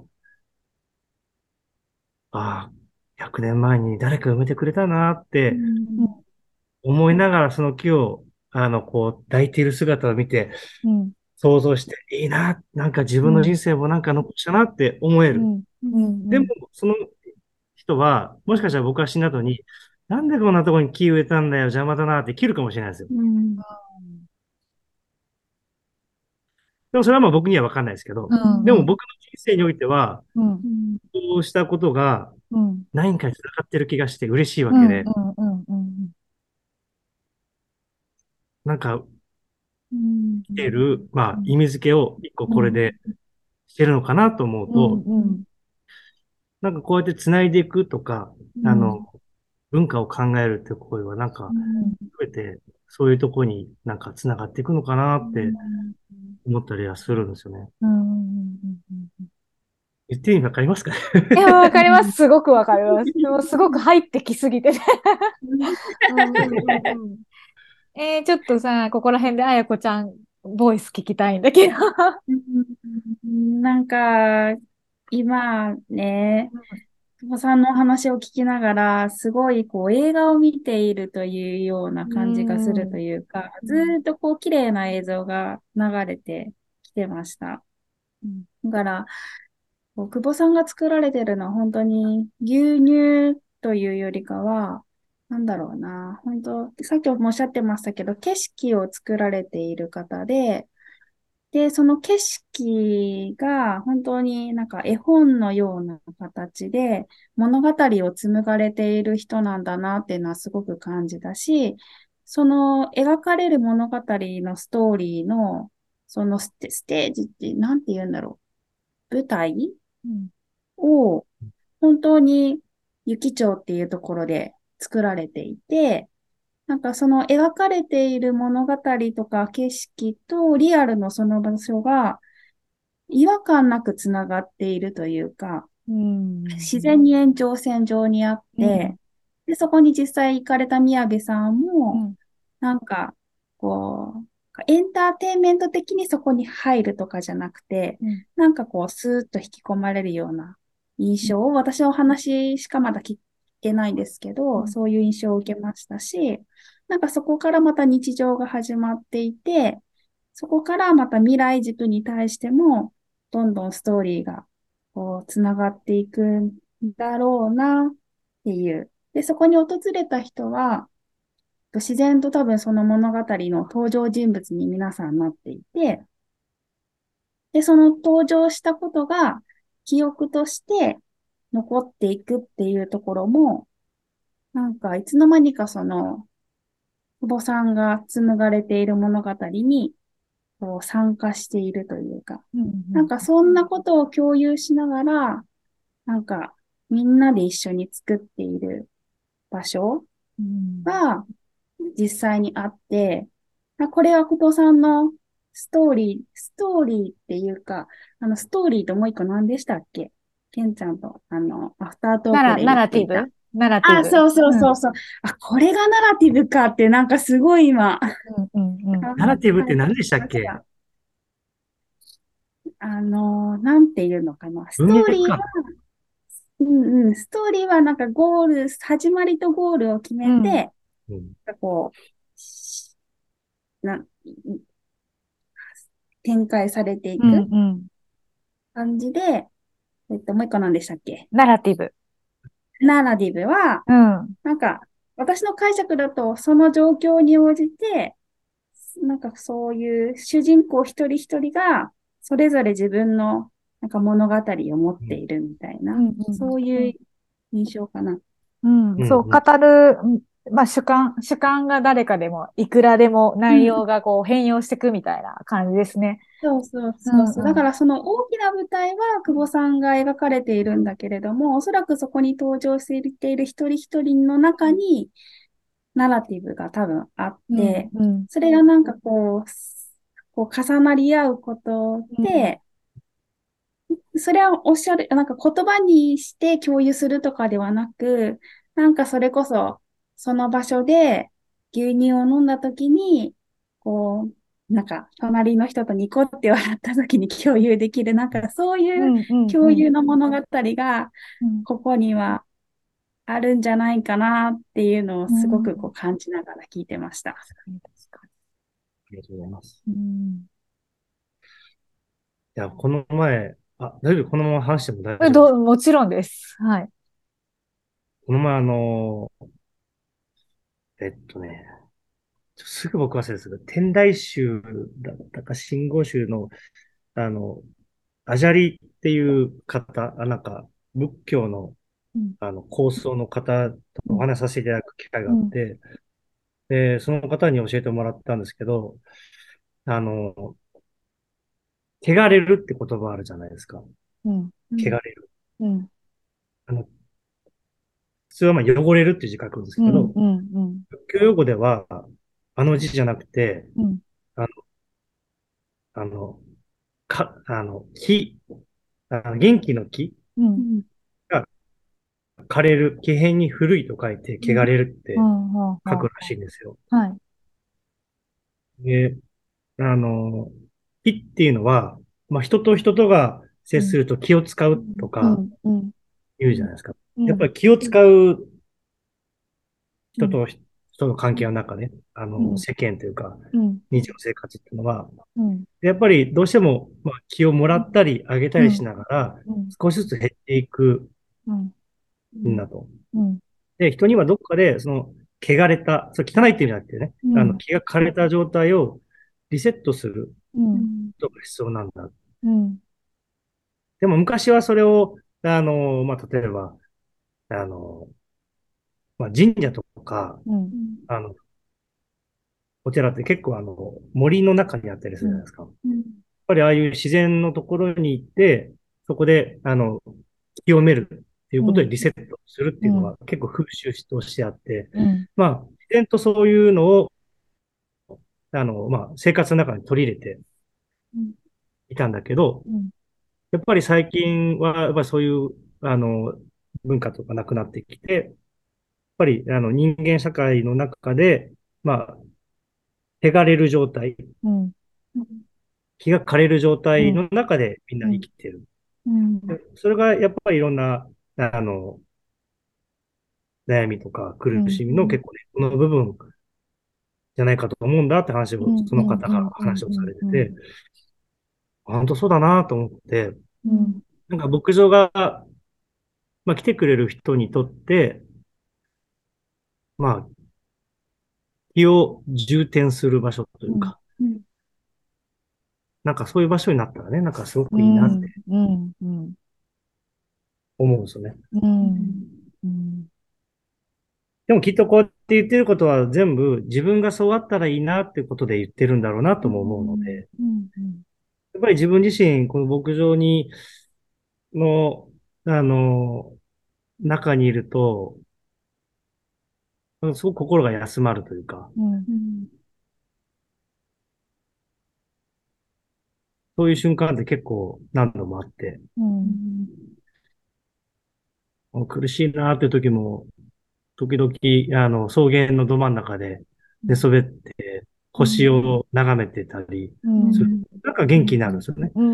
ああ、100年前に誰か埋めてくれたなって思いながらその木を、こう、抱いている姿を見て、 うん。 想像して、いいな、なんか自分の人うん。 生もなんか残したなって思える。 うん。うん。うでも、 ん。 その人は、もしかしたら僕が死んだ後に、なんでこんなところに木植えたんだよ、邪魔だなって切るかもしれないですよ。 うん。 でもそれはまあ僕にはわかんないですけど、 うんうん。 でも僕の人生においては、 うんうん。 そうしたことがうん。 何かに繋がってる気がして嬉しいわうんうんけで、 うんうんなんかうん。 来てる、まあうん。 意味付けを一個うん。 これでしてるのかなと思ううんと、 うんなんかこうやって繋いでいくとか、 うん。 あの、文化を考えるって行為はなんか、 うん。 全てそういうところになんか繋がっていくのかなって思ったりはするんですよね。 うんうんうん。 言って意味わかりますかね？ いや、わかります。すごくわかります。でも、すごく入ってきすぎてね。うんうんうんうん。ちょっとさ、ここら辺であやこちゃん、ボイス聞きたいんだけど。 なんか、今ね、久保さんのお話を聞きながら、すごいこう映画を見ているというようなう感じがするとん。 いうか、ずーっとこう綺麗な映像が流れてきてました。だから、こう久保さんが作られてるのは本当に牛乳というよりかは、なんだろうな、本当、さっきもおっしゃってましたけど、景色を作られている方で、その景色が本当になんか絵本のような形で物語を紡がれている人なんだなっていうのはすごく感じたし、その描かれる物語のストーリーのそのステージってなんて言うんだろう。舞台うんを本当に雪町っていうところで作られていて、なんかその描かれている物語とか景色とリアルのその場所が違和感なくつながっているというか、自然に延長線上にあっうん。 て、で、そこに実際行かれた宮部さんも、 うん。 なんか、こう、エンターテインメント的にそこに入るとかじゃなくて、 うん。 なんかこう、スーッと引き込まれるような印象を、私はお話しかまだ聞けないんですけど、 うん。 そういう印象を受けましたし、なんかそこからまた日常が始まっていて、そこからまた未来軸に対しても、どんどんストーリーがこう、つながっていくんだろうなっていう。で、そこに訪れた人は、自然と多分その物語の登場人物に皆さんなっていて、で、その登場したことが記憶として残っていくっていうところも、なんかいつの間にかその、久保さんが紡がれている物語にこう参加しているというか、 うん。うなんん。 かそんなことを共有しながら、なんかみんなで一緒に作っている場所うん。 が実際にあって、これは久保さんのストーリーっていうか、ストーリーともう一個何でしたっけ？ケンちゃんと、アフタートークでナ言っていた。 ラティブナラティあ、 ブ。 そうそううん。 そうそう。あ、これがナラティブかって、なんかすごい今、 うんうんうん。 ナラティブっ考えてて何でしたっけ？ ました。なんていうのかな。ストーリーは、 文脈か。 うんうん、ストーリーはなんかゴール、始まりとゴールを決うん。 めて、 うん。 こう、展開されていうんくうん。 感じで、もう一個何でしたっけ？ ナラティブ。 ナラティブは、 うん。 なんか、私の解釈だと、その状況に応じて、なんかそういう主人公一人一人が、それぞれ自分のなんか物語を持っているみたいな、 うんうん。 そういう印象かな。 うん、そう、 うん。 語る、まあ主観が誰かでも、いくらでも内うん。 容がこう変容していくみたいな感じですね。 そうそううんそうそう。だかうん。 らその大きな舞台は久保さんが描かれているんだけれども、おそらくそこに登場している一人一人の中にナラティブが多分あっうんて、 うん。 それがなんかこう重なり合うことうんで、それはおっしゃる、なんか言葉にして共有するとかではなく、なんかそれこそ、その場所で牛乳を飲んだ時に、こなんか隣の人とニコって笑った時に共有できる、なんかそういううんうん共うん。 有の物語が、 うんここにはあるんじゃないかなっていうのをすごうんくこう感じながら聞いてました。 確かに確かありがとうございます。 に。うん。 いや、この前、大丈夫？このまま話しても大丈夫ですか？ もちろんです。はい。 この前すぐ僕忘れですけど、天台宗だったか、真言宗のあの、アジャリっていう方、なんか、仏教の、 うん、 高僧の方とおうん、 話しさせていただく機会がうん、 あって、で、その方に教えてもらったんですけど、あの、汚れるって言葉あるじゃないですか。 うん、 汚れる。 うん、 あの、普通はまあ汚れるっていう字書くんですうん、 けど、 うん、うん、 仏教用語では、あの字じゃなくて、 うん、 あの、あの、木、元気の木うん、 が枯れる、木偏に古いと書いて、汚れるってうん、 書くらしいんですよ。 はい。 で、あの、木っていうのは、まあ、人と人とが接すうん、 ると気を使うとかうん、うん、 言うじゃないですか。やっぱうん、 り気を使ううん、 人と人の関係の中で、 うん、 世間というか、 うん、 日常生活っていうのは、 うん、 やっぱりどうしても、まあ、気をもらったりあげたうん、 りしながら、 うん、 少しずつ減っていくうん、 んだと。 うん、 で、人にはどっかで、汚れた、汚いっていうんじゃなくてね、 うん、 気が枯れた状態をリセットするうん、 ことが必要なんだ。 うん、 でも昔はそれを、まあ、例えば、あの、まあ、神社とか、 うん、 あの、お寺って結構森の中にあったりすうん、 るじゃないですか。やっぱりああいう自然のところに行って、そこで、清めるっていうことでリセットするっていうのが結構風習としてあって、 うん、 まあ、自然とそういうのを、まあ、生活の中に取り入れていたんだけど、 うん、 やっぱり最近は、やっぱりそういう、文化とかなくなってきて、やっぱり、人間社会の中で、まあ、汚れる状態、 うん、 気が枯れる状うん、 態の中でみんなうん、 生きてる。 うん、 でそれがやっぱりいろんな、あの、悩みとか苦うん、 しみの結構ね、この部分じゃないかと思うんだって話を、 うん、 その方が話をされてうん、 て、本当そうだなと思って、 うん、 なんか牧場が、まあ、来てくれる人にとって、まあ、気を充填する場所とうん、 いうか、なんかそういう場所になったらね、なんかすごうくいいなってん、うん、うん、 思うんですよね。 うん、うん、 でもきっとこうやって言ってることは全部自分がそうあったらいいなっていうことで言ってるんだろうなとも思うので、 うん、 やっぱり自分自身、この牧場の、中にいると、すごく心が休まるというか、 うん、 そういう瞬間って結構何度もあって、 うん、 苦しいなっていう時も、時々、草原のど真ん中で寝そべって星を眺めてたりうする。 ん、 なんか元気になるんですよね。 うん、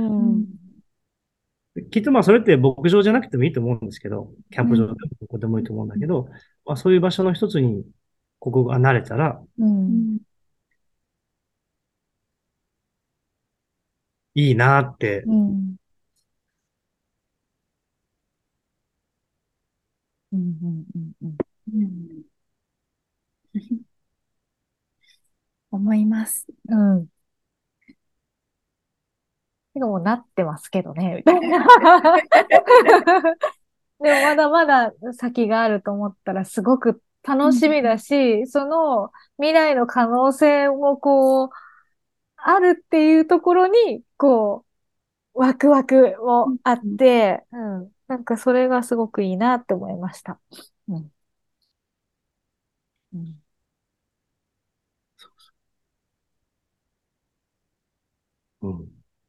きっとまあそれって牧場じゃなくてもいいと思うんですけど、キャンプ場でもどこでもいいと思うんだけど、まあそういう場所の一つにここが慣れたらうん、 いいなってうん、うん、うん、 思います。 うん。でもなってますけどね、みたいな。でもまだまだ先があると思ったらすごく楽しみだし、その未来の可能性もこう、あるっていうところに、こう、ワクワクもあって、うん。なんかそれがすごくいいなって思いました。うん。うん。 うん。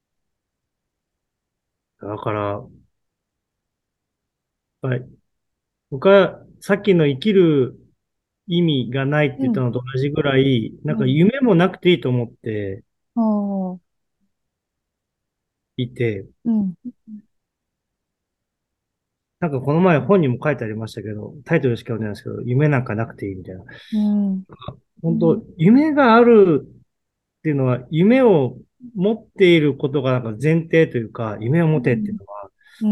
だから、はい。僕はさっきの生きる意味がないって言ったうん。 のと同じぐらい、なんかうん。 夢もなくていいと思っておー。 いて、 うん。 なんかこの前本にも書いてありましたけど、タイトルしか読んでないですけど、夢なんかなくていいみたいな。 うん。 本当、夢があるっていうのは、夢を持っていることがなんか前提というか、夢を持てっていうのは、 うん。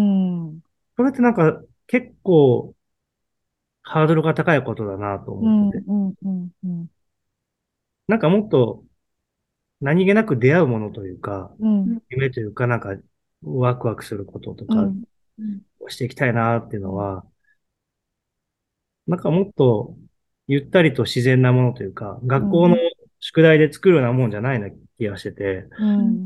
それってなんか結構ハードルが高いことだなとうん。 思ってて。 うん。うん。うん。 なんかもっと、 何気なく出会うものというか、 うん。 夢というか、なんか、ワクワクすることとかうん。 をしていきたいなっていうのは、なんかもっとゆったりと自然なものというか、学校の宿題で作るようなもんじゃないな気がしてて、 うん。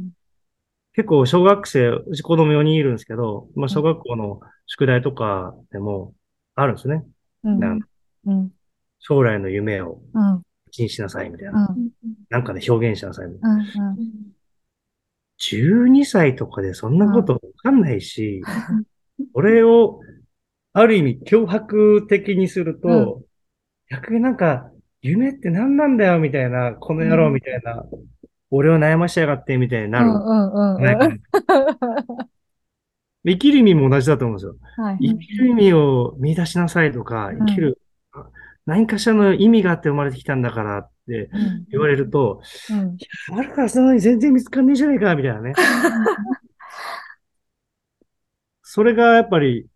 結構小学生、うち子供4人いるんですけど、まあ小学校の宿題とかでもあるんですね。 うん。 なんかうん。 将来の夢をうん。 口にしなさいみたいな。 うん。 なんかで表現しなさいみたいな。 うん。うん。 12歳とかでそんなうん。 ことわかんないし、これをある意味脅迫的にするうん。 と、逆になんか、夢って何なんだよみたいな、この野郎みたいな、俺を悩ましやがってみたいになる。 うん。うん。うん。 ないかな。生きる意味も同じだと思うんですよ。 はい。 生きる意味を見出しなさいとか、 うん。 生きる、何かしらの意味があって生まれてきたんだからってうん。 言われると、 うん。 あるからそののに全然見つかんねえじゃねえか、みたいなね。それがやっぱり、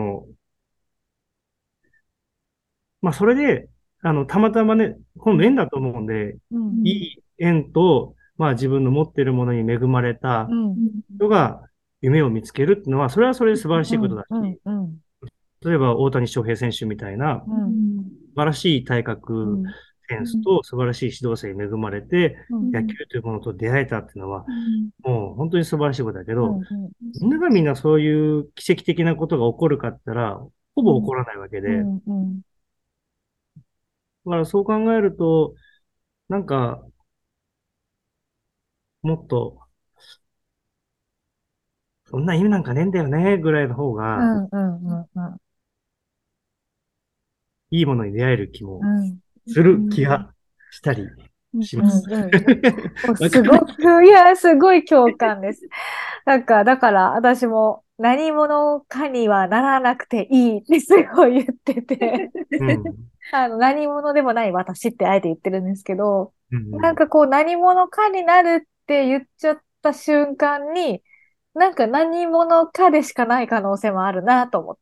まあ、それで、たまたまね、今度縁だと思うんで、 うん。 いい縁と、まあ自分の持っているものに恵まれたうん。 人が夢を見つけるっていうのは、それはそれで素晴らしいことだうん。 し、 うん。 例えば大谷翔平選手みたいなうん。 素晴らしい体う格、 ん。 センスと素晴らしい指導者に恵まれて、 うん。 野球というものと出会えたっていうのは、もう本当に素晴らしいことだけど、 うん。 みんながみんなそういう奇跡的なことが起こるかって言ったら、ほぼ起こらないわけで、だうん。うん。 からそう考えると、なんか、もっと、そんな意味なんかねえんだよね、ぐらいの方が、 うん。うん。うん。 いいものに出会える気もうん。 する気がしたりします。 うん。うん。 わかんない。 すごく、いや、すごい共感です。だから私も何者かにはならなくていいってすごい言ってて、 うん。 何者でもない私ってあえて言ってるんですけど、 うん。 なんかこう何者かになるって言っちゃった瞬間に、なんか何者かでしかない可能性もあるなと思って、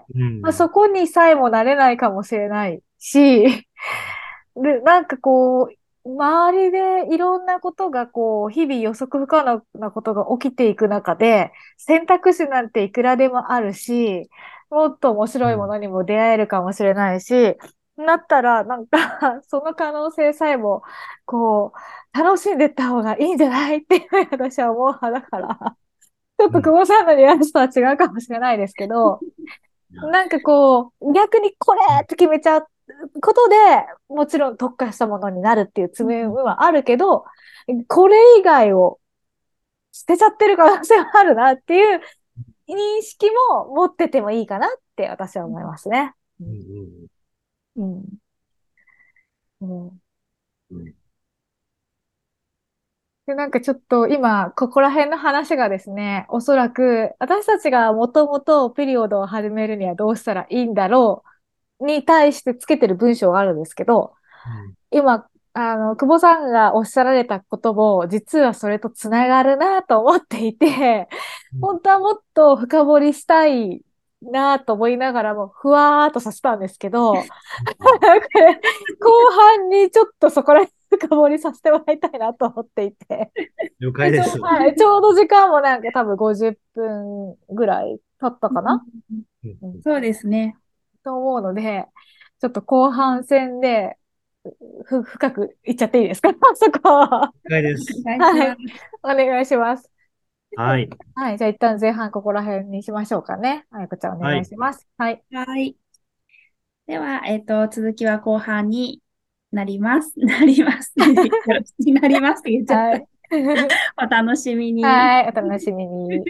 うん。 まあ、そこにさえもなれないかもしれないし、で、なんかこう、周りでいろんなことがこう、日々予測不可能なことが起きていく中で、選択肢なんていくらでもあるし、もっと面白いものにも出会えるかもしれないし、なったら、なんかその可能性さえも、こう、楽しんでいった方がいいんじゃないっていうふうに私は思う派だから、ちょっうん。 と久保さんのニュアンスとは違うかもしれないですけど、なんかこう、逆にこれって決めちゃうことで、もちろん特化したものになるっていう詰めはあるけど、これ以外を捨てちゃってる可能性はあるなっていう認識も持っててもいいかなって私は思いますね。ううん。 ん。 うん。 うん。うんうん。 で、なんかちょっと今、ここら辺の話がですね、おそらく私たちがもともとピリオドを始めるにはどうしたらいいんだろうに対してつけてる文章があるんですけど、 うん。 今、久保さんがおっしゃられたことも、実はそれとつながるなと思っていて、本当はもっと深掘りしたいなと思いながらも、ふわーっとさせたんですけど、これ後半にちょっとそこら辺深掘りさせてもらいたいなと思っていて。で、 了解です。 はい、ちょうど時間もなんか多分50分ぐらい経ったかな、 うん。 うん、 そうですね。 と思うので、ちょっと後半戦で深くいっちゃっていいですかそこは。 了解でおす。 願いしはい。 ます。 お願いします。 はい。 はい。じゃあ一旦前半ここら辺にしましょうかね。はい。こちらおはい。 願いします。はい。 はい。では、続きは後半になります。なります。になりますって言っちゃった。 はい。 お楽しみに。 はい。お楽しみに。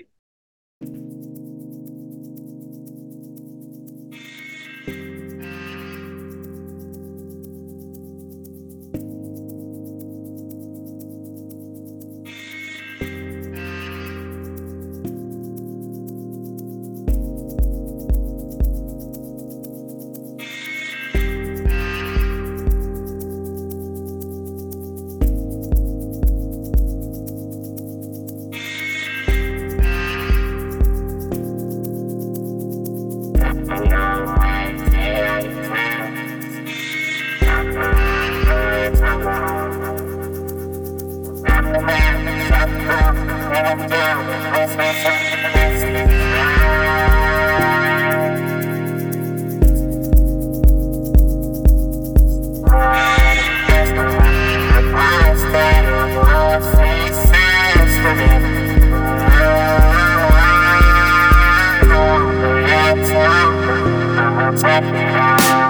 Take me out.